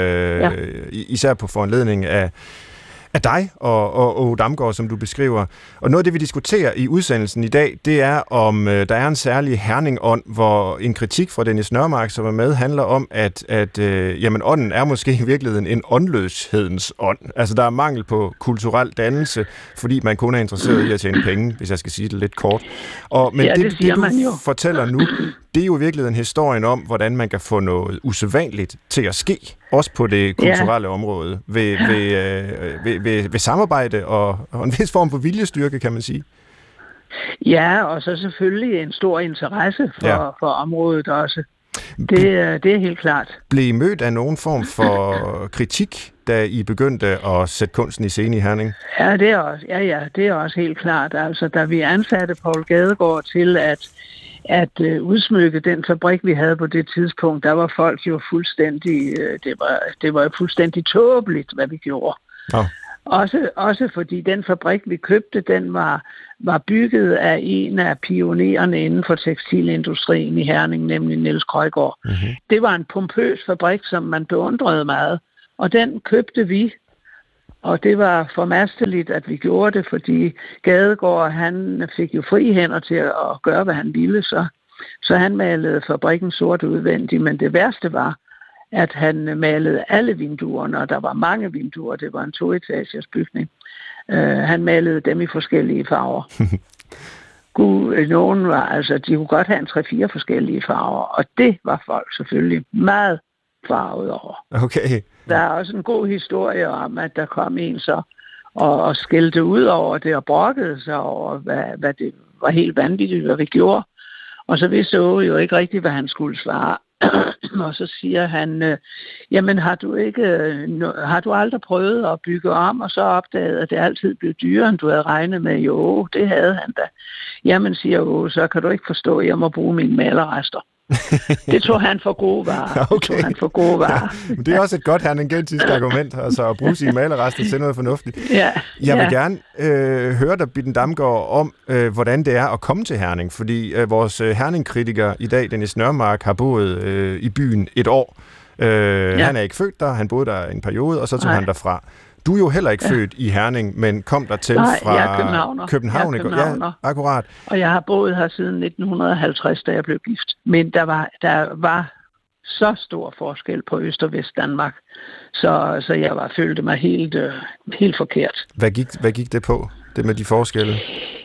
især på foranledning af dig og Damgaard, som du beskriver. Og noget af det, vi diskuterer i udsendelsen i dag, det er, om der er en særlig Herning-ånd, hvor en kritik fra Dennis Nørmark, som er med, handler om, at jamen, ånden er måske i virkeligheden en åndløshedens ånd. Altså, der er mangel på kulturel dannelse, fordi man kun er interesseret i at tjene penge, hvis jeg skal sige det lidt kort. Men det du fortæller nu, det er jo i virkeligheden historien om, hvordan man kan få noget usædvanligt til at ske, også på det kulturelle område, ved samarbejde og en vis form for viljestyrke, kan man sige. Ja, og så selvfølgelig en stor interesse for området også. Det er helt klart. Blev I mødt af nogen form for kritik, da I begyndte at sætte kunsten i scene i Herning? Ja, det er også helt klart. Altså, da vi ansatte Poul Gadegaard til at udsmykke den fabrik, vi havde på det tidspunkt, der var folk jo fuldstændig, det var fuldstændig tåbeligt, hvad vi gjorde. Ja. Også fordi den fabrik, vi købte, den var bygget af en af pionererne inden for tekstilindustrien i Herning, nemlig Niels Krøjgaard. Mm-hmm. Det var en pompøs fabrik, som man beundrede meget, og den købte vi Og det var formasteligt, at vi gjorde det, fordi Gadegaard, han fik jo fri hænder til at gøre, hvad han ville, så han malede fabrikken sort udvendigt, men det værste var, at han malede alle vinduerne, og der var mange vinduer, det var en 2-etagers bygning. Han malede dem i forskellige farver. Nogen var, altså, de kunne godt have 3-4 forskellige farver, og det var folk selvfølgelig meget farvet over. Okay. Der er også en god historie om, at der kom en så og skældte ud over det og brokkede sig over, hvad det var helt vanvittigt, hvad vi gjorde. Og så vidste Åge jo ikke rigtigt, hvad han skulle svare. Og så siger han, jamen har du aldrig prøvet at bygge om, og så opdaget, at det altid blev dyrere, end du havde regnet med? Jo, det havde han da. Jamen, siger Åge, så kan du ikke forstå, at jeg må bruge mine malerrester. Det tog han for gode varer. Okay. Det er også et godt herningensisk argument, altså at bruge sine malerrester til noget fornuftigt. Ja. Jeg vil gerne høre dig, Bitten Damgaard, om, hvordan det er at komme til Herning, fordi vores Herning-kritiker i dag, Dennis Nørmark, har boet i byen et år. Han er ikke født der, han boede der en periode, og så tog han derfra. Du er jo heller ikke født i Herning, men kom der til fra jeg er københavner. København. Ja, akkurat. Og jeg har boet her siden 1950, da jeg blev gift. Men der var så stor forskel på Øst- og Vest-Danmark, så jeg følte mig helt forkert. Hvad gik det på, det med de forskelle?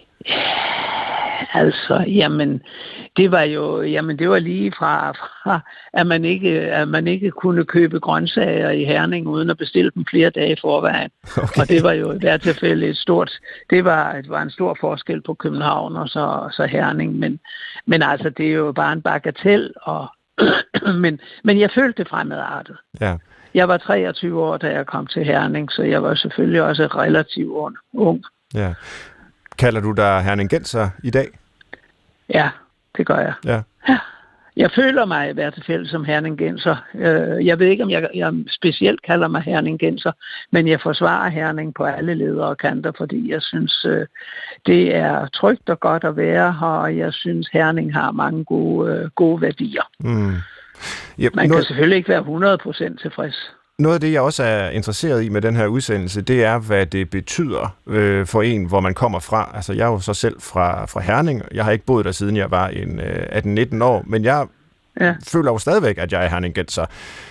Altså, det var lige fra at man ikke kunne købe grøntsager i Herning uden at bestille dem flere dage i forvejen. Okay. Og det var jo i hvert tilfælde det var en stor forskel på København og så Herning, men altså det er jo bare en bagatel, men jeg følte det fremadrettet. Ja. Jeg var 23 år, da jeg kom til Herning, så jeg var selvfølgelig også relativt ung. Ja. Kalder du dig herningenser i dag? Ja, det gør jeg. Ja. Jeg føler mig i hvert fald som herningenser. Jeg ved ikke, om jeg specielt kalder mig herningenser, men jeg forsvarer Herning på alle ledder og kanter, fordi jeg synes, det er trygt og godt at være her, og jeg synes, Herning har mange gode værdier. Mm. Yep. Man kan selvfølgelig ikke være 100% tilfreds. Noget af det, jeg også er interesseret i med den her udsendelse, det er, hvad det betyder for en, hvor man kommer fra. Altså, jeg er jo så selv fra Herning. Jeg har ikke boet der, siden jeg var 18-19 år, men jeg føler jo stadigvæk, at jeg er herningenser.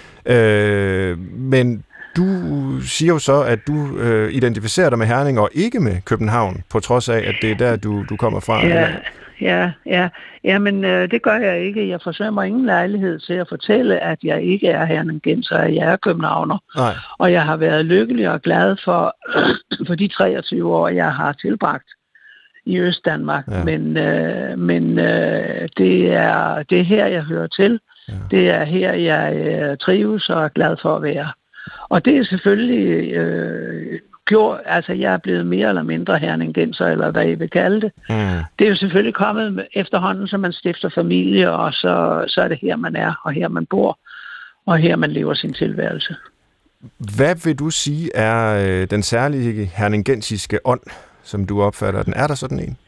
Men du siger jo så, at du identificerer dig med Herning og ikke med København, på trods af, at det er der, du kommer fra. Ja. Jamen, det gør jeg ikke. Jeg forsømmer ingen lejlighed til at fortælle, at jeg ikke er herningenser, at jeg er københavner. Nej. Og jeg har været lykkelig og glad for de 23 år, jeg har tilbragt i Østdanmark. Ja. Men det er her, jeg hører til. Ja. Det er her, jeg trives og er glad for at være. Og det er selvfølgelig jeg er blevet mere eller mindre herningenser, eller hvad I vil kalde det. Mm. Det er jo selvfølgelig kommet efterhånden, så man stifter familie, og så er det her, man er, og her man bor, og her man lever sin tilværelse. Hvad vil du sige er den særlige herningensiske ånd, som du opfatter den? Er der sådan en?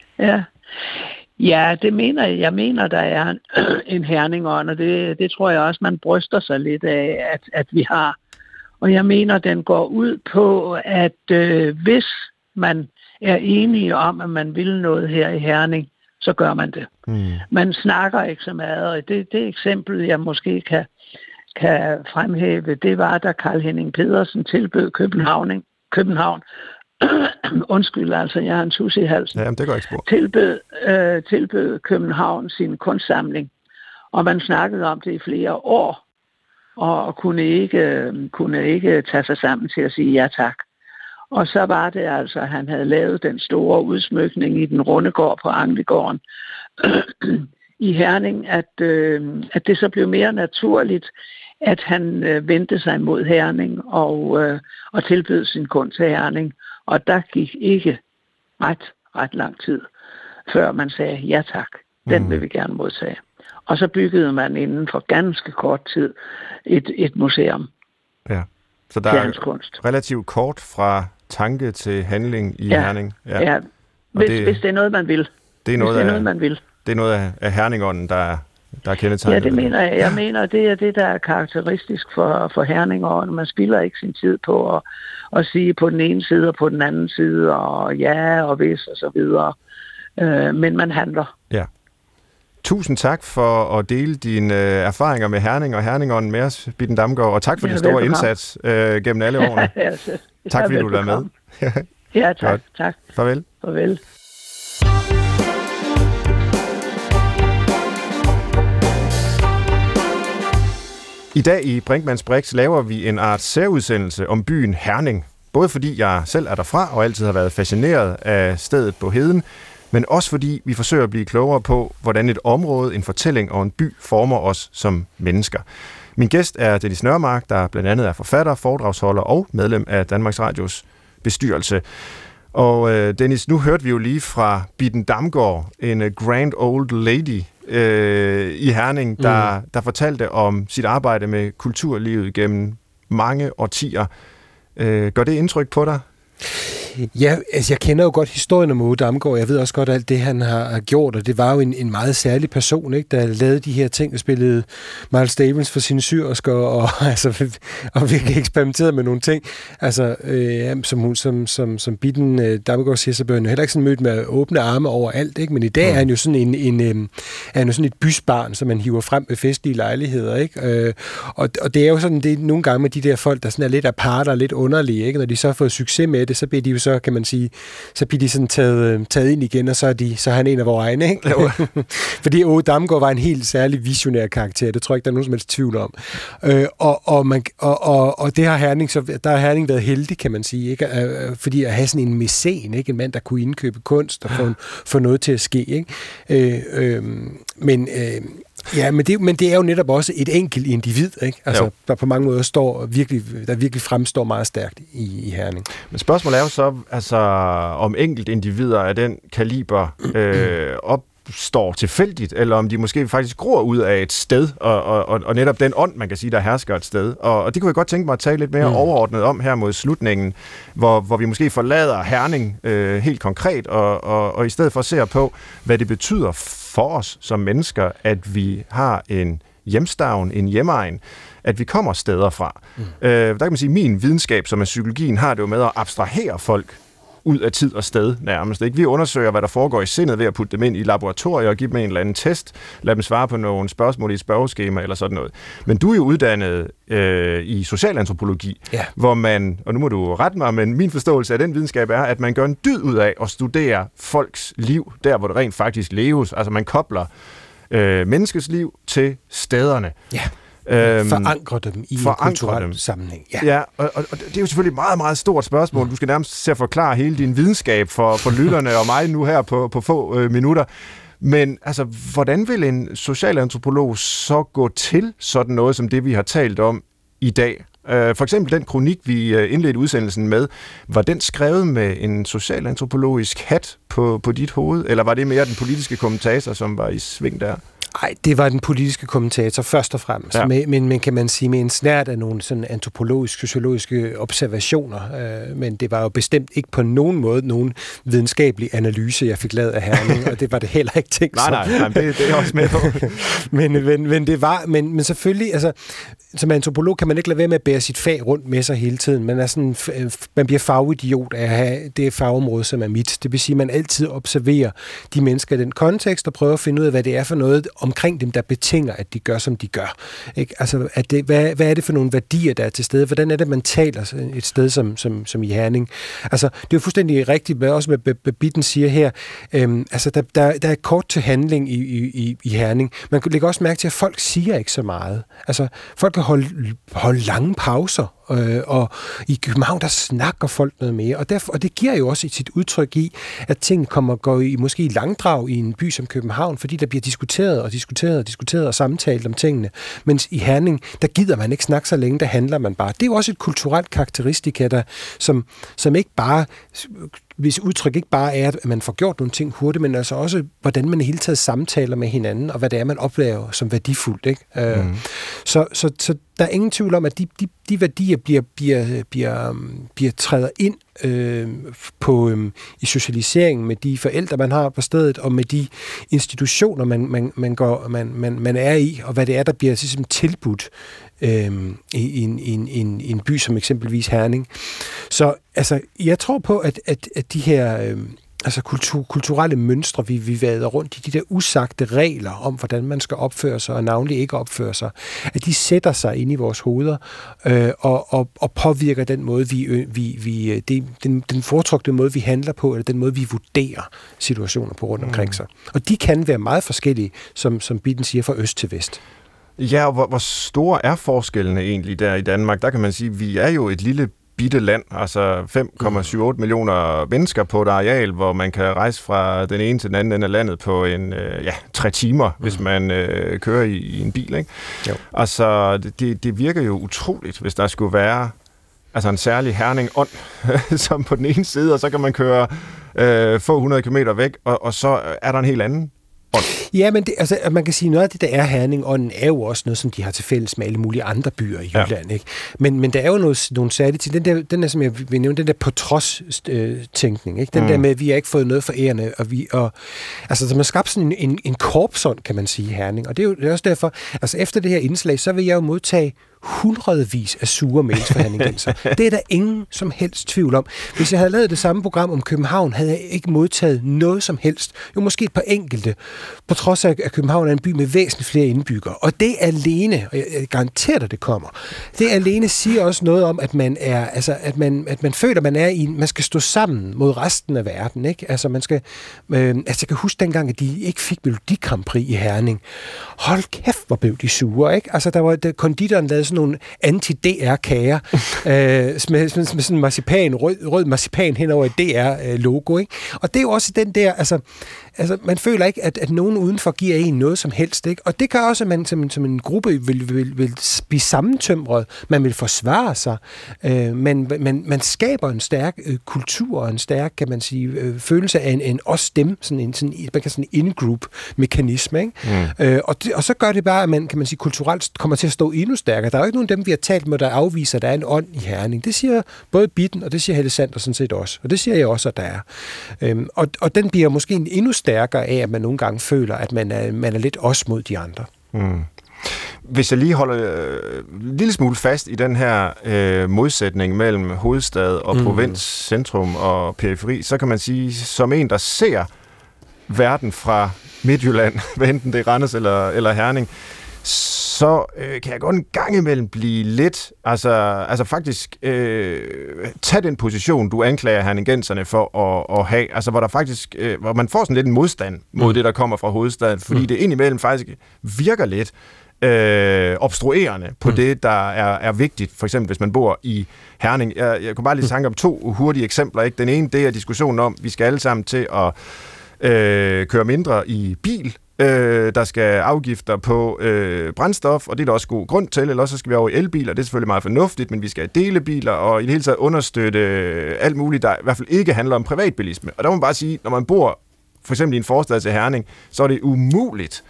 Ja, det mener jeg. Jeg mener, der er en herningånd, og det tror jeg også, man bryster sig lidt af, at vi har. Og jeg mener, den går ud på, at hvis man er enige om, at man vil noget her i Herning, så gør man det. Mm. Man snakker ikke så meget, og det eksempel, jeg måske kan fremhæve, det var, da Carl Henning Pedersen tilbød København. Undskyld, altså, jeg har en tusse i halsen. Jamen, det går ikke spor. Tilbød København sin kunstsamling, og man snakkede om det i flere år, og kunne ikke tage sig sammen til at sige ja tak. Og så var det altså, at han havde lavet den store udsmykning i den runde gård på Anglegården i Herning, at det så blev mere naturligt, at han vendte sig mod Herning og tilbød sin kunst til Herning. Og der gik ikke ret lang tid, før man sagde ja tak, den vil vi gerne modtage. Og så byggede man inden for ganske kort tid et museum. Ja, så der er relativt kort fra tanke til handling i Herning. Ja. Hvis det er noget, man vil. Det er noget af herningånden, der der er kendetegnet? Ja, det mener jeg. Jeg mener, det er det, der er karakteristisk for Herning, og man spilder ikke sin tid på at sige på den ene side og på den anden side, og ja, og hvis, og så videre. Men man handler. Ja. Tusind tak for at dele dine erfaringer med Herning og Herningånden med os, Bitten Damgaard, og tak for din store indsats gennem alle årene. Tak fordi du var med. Ja, tak. Tak. Farvel. Farvel. I dag i Brinkmanns Brix laver vi en art særudsendelse om byen Herning. Både fordi jeg selv er derfra og altid har været fascineret af stedet på heden, men også fordi vi forsøger at blive klogere på, hvordan et område, en fortælling og en by former os som mennesker. Min gæst er Dennis Nørmark, der blandt andet er forfatter, foredragsholder og medlem af Danmarks Radios bestyrelse. Og Dennis, nu hørte vi jo lige fra Bitten Damgaard, en grand old lady i Herning, der fortalte om sit arbejde med kulturlivet gennem mange årtier. Gør det indtryk på dig? Ja, altså jeg kender jo godt historien om Åge Damgaard. Jeg ved også godt alt det, han har gjort, og det var jo en meget særlig person, ikke, der lavede de her ting og spillede Miles Davis for sine syersker og virkelig eksperimenterede med nogle ting. Altså, som Bitten Damgaard siger, så blev han heller ikke sådan mødt med åbne arme overalt, ikke? Men i dag er han jo sådan sådan et bysbarn, som man hiver frem ved festlige lejligheder, ikke? Og det er jo sådan, det er nogle gange med de der folk, der sådan er lidt aparte og lidt underlige, ikke? Når de så har fået succes med det, så bliver de jo så, kan man sige, så bliver de sådan taget ind igen, og så er han en af vores egne, ikke? Fordi Åge Damgaard var en helt særlig visionær karakter, det tror jeg ikke, der er nogen som helst tvivl om. Og det har Herning været heldig, kan man sige, ikke? Fordi at have sådan en mæcen, ikke? En mand, der kunne indkøbe kunst og få noget til at ske, ikke? Men det er jo netop også et enkelt individ, ikke? Altså, der på mange måder virkelig fremstår meget stærkt i Herning. Men spørgsmålet er jo så, altså, om enkelt individer af den kaliber opstår tilfældigt, eller om de måske faktisk gror ud af et sted, og netop den ånd, man kan sige, der hersker et sted. Og det kunne jeg godt tænke mig at tale lidt mere overordnet om her mod slutningen, hvor vi måske forlader Herning helt konkret, og i stedet for ser på, hvad det betyder for os som mennesker, at vi har en hjemstavn, en hjemegn, at vi kommer steder fra. Der kan man sige, at min videnskab, som er psykologien, har det jo med at abstrahere folk ud af tid og sted nærmest. Ikke? Vi undersøger, hvad der foregår i sindet ved at putte dem ind i laboratorier og give dem en eller anden test, lade dem svare på nogle spørgsmål i et spørgeskema eller sådan noget. Men du er jo uddannet i socialantropologi, hvor man, og nu må du rette mig, men min forståelse af den videnskab er, at man gør en dyd ud af at studere folks liv, der hvor det rent faktisk leves. Altså man kobler menneskets liv til stederne. Ja. Forankre dem i en kulturel sammenhæng. Ja, og det er jo selvfølgelig et meget, meget stort spørgsmål. Du skal nærmest se at forklare hele din videnskab for lytterne og mig nu her på få minutter. Men altså, hvordan vil en socialantropolog så gå til sådan noget som det, vi har talt om i dag? For eksempel den kronik, vi indledte udsendelsen med, var den skrevet med en socialantropologisk hat på dit hoved, eller var det mere den politiske kommentator, som var i sving der? Nej, det var den politiske kommentator først og fremmest, men kan man sige med en snert af nogle sådan antropologiske, sociologiske observationer, men det var jo bestemt ikke på nogen måde nogen videnskabelig analyse, jeg fik lavet af Herning, og det var det heller ikke tænkt som. Nej, det er jeg også med på. men det var, men selvfølgelig, altså, som antropolog kan man ikke lade være med at bære sit fag rundt med sig hele tiden. Man bliver fagidiot af at have det fagområde, som er mit. Det vil sige, at man altid observerer de mennesker i den kontekst og prøver at finde ud af, hvad det er for noget omkring dem, der betinger, at de gør, som de gør. Ikke? Altså, hvad er det for nogle værdier, der er til stede? Hvordan er det, man taler et sted som i Herning? Altså, det er jo fuldstændig rigtigt, hvad også med Bitten siger her. Altså, der er kort til handling i Herning. Man lægger også mærke til, at folk siger ikke så meget. Altså, folk kan holde lange pauser, og i København, der snakker folk noget mere, og det giver jo også sit udtryk i, at ting går måske i langdrag i en by som København, fordi der bliver diskuteret og samtalt om tingene, mens i Herning, der gider man ikke snakke så længe, der handler man bare. Det er jo også et kulturelt karakteristika, der, som ikke bare, hvis udtryk ikke bare er, at man får gjort nogle ting hurtigt, men altså også, hvordan man i hele taget samtaler med hinanden, og hvad det er, man oplever som værdifuldt. Ikke? Så der er ingen tvivl om, at de værdier bliver træder ind i socialiseringen med de forældre, man har på stedet, og med de institutioner, man er i, og hvad det er, der bliver ligesom tilbudt i en by som eksempelvis Herning. Så altså, jeg tror på, at de her kulturelle mønstre, vi vader rundt i, de der usagte regler om, hvordan man skal opføre sig, og navnlig ikke opføre sig, at de sætter sig ind i vores hoveder, og påvirker den måde, den foretrukne måde, vi handler på, eller den måde, vi vurderer situationer på rundt omkring sig. Og de kan være meget forskellige, som Bitten siger, fra øst til vest. Ja, og hvor store er forskellene egentlig der i Danmark? Der kan man sige, at vi er jo et lille bitte land, altså 5,78 millioner mennesker på et areal, hvor man kan rejse fra den ene til den anden ende af landet på 3 timer, hvis man kører i en bil, ikke? Jo. Altså, det virker jo utroligt, hvis der skulle være en særlig Herning-ånd, som på den ene side, og så kan man køre få 100 kilometer væk, og så er der en helt anden. Ja, men man kan sige, noget af det, der er Herning-ånden, er jo også noget, som de har til fælles med alle mulige andre byer i Jylland, ikke? Men der er jo nogle særlige ting. Den der, som jeg vil nævne, den der på trods-tænkning, ikke? Den der med, at vi har ikke fået noget for ærende, så man har skabt sådan en korpsånd, kan man sige, Herning. Og det er også derfor, efter det her indslag, så vil jeg jo modtage hundredvis af sure mails fra herningenser. Det er der ingen som helst tvivl om. Hvis jeg havde lavet det samme program om København, havde jeg ikke modtaget noget som helst. Jo, måske et par enkelte, på trods af, at København er en by med væsentligt flere indbyggere. Og det alene, og jeg garanterer dig, det kommer, det alene siger også noget om, at man er, at man føler, at man er i, man skal stå sammen mod resten af verden, ikke? Altså, man skal, jeg kan huske dengang, at de ikke fik Melodi Grand Prix i Herning. Hold kæft, hvor blev de sure, ikke? Altså, der var konditoren lavede sådan nogle anti-DR-kager med sådan en marcipan, rød marcipan hen over et DR-logo, ikke? Og det er jo også den der, altså man føler ikke, at nogen udenfor giver en noget som helst, ikke? Og det gør også, at man som en gruppe vil blive sammentømret, man vil forsvare sig, man skaber en stærk kultur og en stærk, kan man sige, følelse af en os-dem, sådan en in-group-mekanisme, ikke? Og så gør det bare, at man, kan man sige, kulturelt kommer til at stå endnu stærkere. Der er jo ikke nogen af dem, vi har talt med, der afviser, at der er en ånd i Herning. Det siger både Bitten, og det siger Helle Sander sådan set også. Og det siger jeg også, at der er. Og den bliver måske endnu stærkere af, at man nogle gange føler, at man er lidt os mod de andre. Hvis jeg lige holder en lille smule fast i den her modsætning mellem hovedstad og provins, centrum og periferi, så kan man sige, som en, der ser verden fra Midtjylland, hvad enten det er Randers eller Herning, så kan jeg godt en gang imellem blive lidt, altså faktisk tage den position, du anklager herningenserne for at have, altså hvor der faktisk, hvor man får sådan lidt en modstand mod det, der kommer fra hovedstaden, fordi det indimellem faktisk virker lidt obstruerende på det, der er vigtigt, for eksempel hvis man bor i Herning. Jeg kunne bare lige tænke om 2 hurtige eksempler, ikke? Den ene, det er diskussionen om, vi skal alle sammen til at køre mindre i bil. Der skal afgifter på brændstof, og det er der også god grund til, eller også skal vi over i elbiler, det er selvfølgelig meget fornuftigt, men vi skal have delebiler, og i det hele taget understøtte alt muligt, der i hvert fald ikke handler om privatbilisme. Og der må man bare sige, når man bor for eksempel i en forstad til Herning, så er det umuligt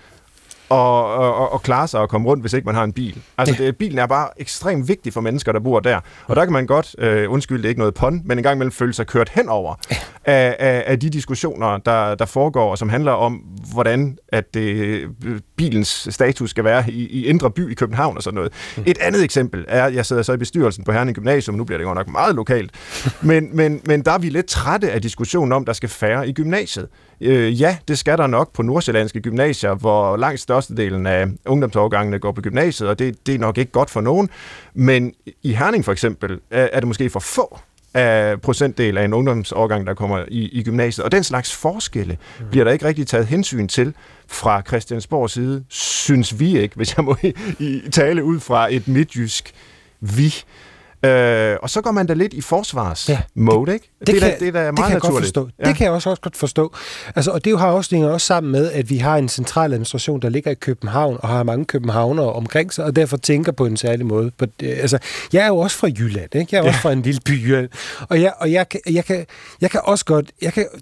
at klare sig og komme rundt, hvis ikke man har en bil. Altså, bilen er bare ekstremt vigtig for mennesker, der bor der. Og der kan man godt, undskyld, det er ikke noget pun, men en gang imellem føle sig kørt henover af de diskussioner, der foregår, og som handler om, hvordan at bilens status skal være i indre by i København og sådan noget. Et andet eksempel er, jeg sidder så i bestyrelsen på Herning Gymnasium, nu bliver det godt nok meget lokalt, men der er vi lidt trætte af diskussionen om, der skal færre i gymnasiet. Ja, det skal der nok på nordsjællandske gymnasier, hvor langt størstedelen af ungdomsårgangene går på gymnasiet, og det er nok ikke godt for nogen. Men i Herning for eksempel er det måske for få af procentdel af en ungdomsårgang, der kommer i gymnasiet. Og den slags forskelle bliver der ikke rigtig taget hensyn til fra Christiansborgs side, synes vi ikke, hvis jeg må tale ud fra et midtjysk vi. Og så går man da lidt i forsvarsmode, ikke? Det er da meget naturligt. Ja. Det kan jeg også godt forstå. Altså, og det har også sammen med, at vi har en central administration, der ligger i København, og har mange københavnere omkring sig, og derfor tænker på en særlig måde. Altså, jeg er jo også fra Jylland, ikke? Jeg er også fra en lille by, og jeg kan også godt,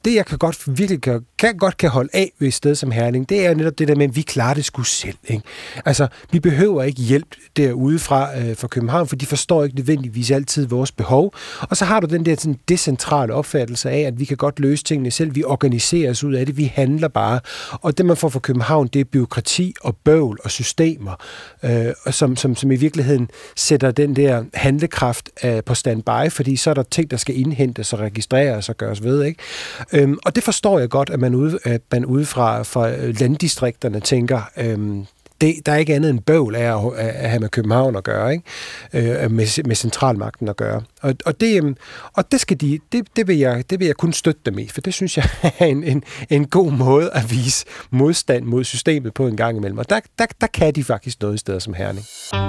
kan holde af ved et sted som Herning, det er netop det der med, at vi klarer det sgu selv, ikke? Altså, vi behøver ikke hjælp derude fra København, for de forstår ikke nødvendigvis altid vores behov. Og så har du den der sådan decentrale opfattelse af, at vi kan godt løse tingene selv, vi organiserer os ud af det, vi handler bare. Og det, man får fra København, det er byråkrati og bøvl og systemer, som i virkeligheden sætter den der handlekraft på standby, fordi så er der ting, der skal indhentes og registreres og gøres ved, ikke? Og det forstår jeg godt, at man ude fra landdistrikterne tænker, der er ikke andet end bøvl af at have med København at gøre, ikke? Med centralmagten at gøre. Og det skal det vil jeg kun støtte dem i, for det synes jeg er en god måde at vise modstand mod systemet på en gang imellem. Og der kan de faktisk noget i steder som Herning.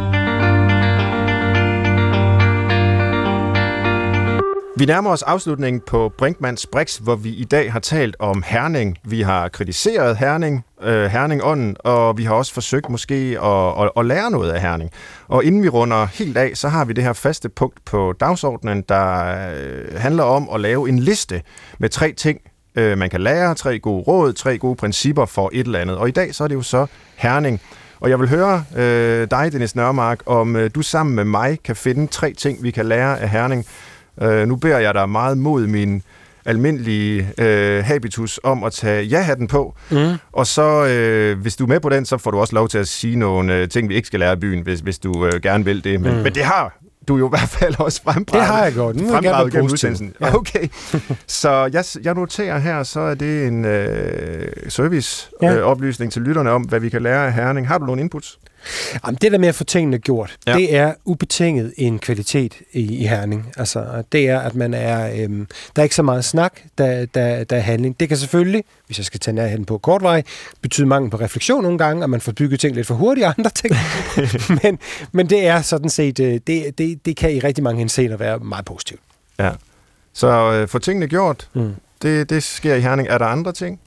Vi nærmer os afslutningen på Brinkmanns Brix, hvor vi i dag har talt om Herning. Vi har kritiseret Herning, Herningånden, og vi har også forsøgt måske at lære noget af Herning. Og inden vi runder helt af, så har vi det her faste punkt på dagsordenen, der handler om at lave en liste med 3 ting, man kan lære, 3 gode råd, 3 gode principper for et eller andet. Og i dag så er det jo så Herning. Og jeg vil høre dig, Dennis Nørmark, om du sammen med mig kan finde 3 ting, vi kan lære af Herning. Nu beder jeg dig meget mod min almindelige habitus om at tage ja-hatten på. Og så, hvis du er med på den, så får du også lov til at sige nogle ting, vi ikke skal lære af byen, hvis du gerne vil det. Men det har du jo i hvert fald også fremdraget. Det har jeg godt. Nu vil jeg gerne være positiv. Ja. Okay. Så jeg noterer her, så er det en serviceoplysning til lytterne om, hvad vi kan lære af Herning. Har du nogle inputs? Jamen, det der med at få tingene gjort, det er ubetinget en kvalitet i Herning. Altså, det er, at man er... der er ikke så meget snak, der er handling. Det kan selvfølgelig, hvis jeg skal tage nærheden på kortvej, betyde mangel på refleksion nogle gange, og man får bygget ting lidt for hurtigt og andre ting. men det er sådan set... Det kan i rigtig mange henseender være meget positivt. Ja. Så få tingene gjort, det sker i Herning. Er der andre ting?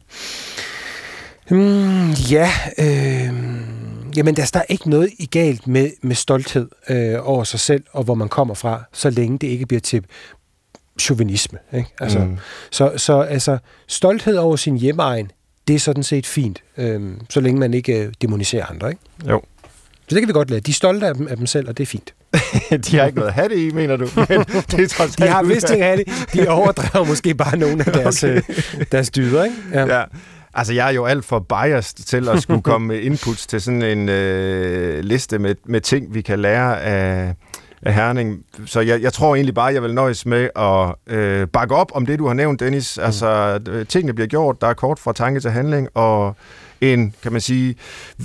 Jamen, der er ikke noget i galt med stolthed over sig selv, og hvor man kommer fra, så længe det ikke bliver til chauvinisme. Ikke? Altså, så altså, stolthed over sin hjemmeegn, det er sådan set fint, så længe man ikke demoniserer andre. Ikke? Jo. Så det kan vi godt lade. De er stolte af dem selv, og det er fint. De har ikke noget at have det i, mener du? Men det er de har vist ikke at have det. De overdrever måske bare nogle af deres dyder. Ikke? Ja. Altså, jeg er jo alt for biased til at skulle komme med inputs til sådan en liste med ting, vi kan lære af Herning. Så jeg tror egentlig bare, jeg vil nøjes med at bakke op om det, du har nævnt, Dennis. Altså, tingene bliver gjort, der er kort fra tanke til handling, og en, kan man sige,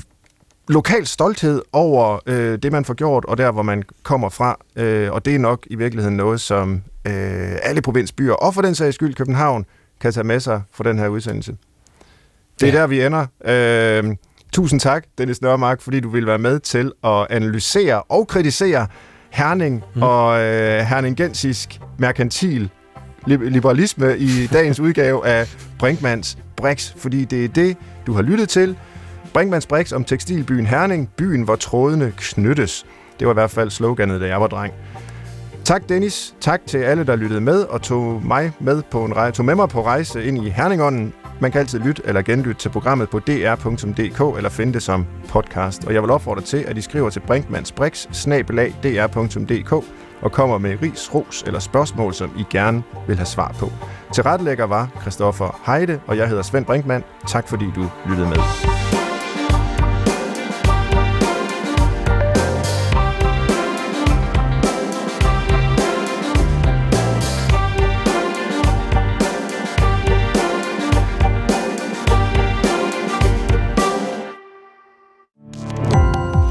lokal stolthed over det, man får gjort, og der, hvor man kommer fra. Og det er nok i virkeligheden noget, som alle provinsbyer, og for den sags skyld København, kan tage med sig for den her udsendelse. Det er der, vi ender. Tusind tak, Dennis Nørmark, fordi du ville være med til at analysere og kritisere Herning og herningensisk merkantil liberalisme i dagens udgave af Brinkmanns Brix, fordi det er det, du har lyttet til. Brinkmanns Brix om tekstilbyen Herning, byen, hvor trådene knyttes. Det var i hvert fald sloganet, da jeg var dreng. Tak, Dennis. Tak til alle, der lyttede med og tog med mig på rejse ind i Herningånden. Man kan altid lytte eller genlytte til programmet på dr.dk eller finde det som podcast. Og jeg vil opfordre til, at I skriver til brinkmannsbrix@dr.dk og kommer med ris, ros eller spørgsmål, som I gerne vil have svar på. Tilrettelægger var Christoffer Heide, og jeg hedder Svend Brinkmann. Tak fordi du lyttede med.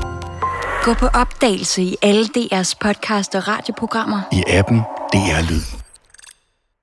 Gå på opdagelse i alle DR's podcast og radioprogrammer. I appen DR Lyd.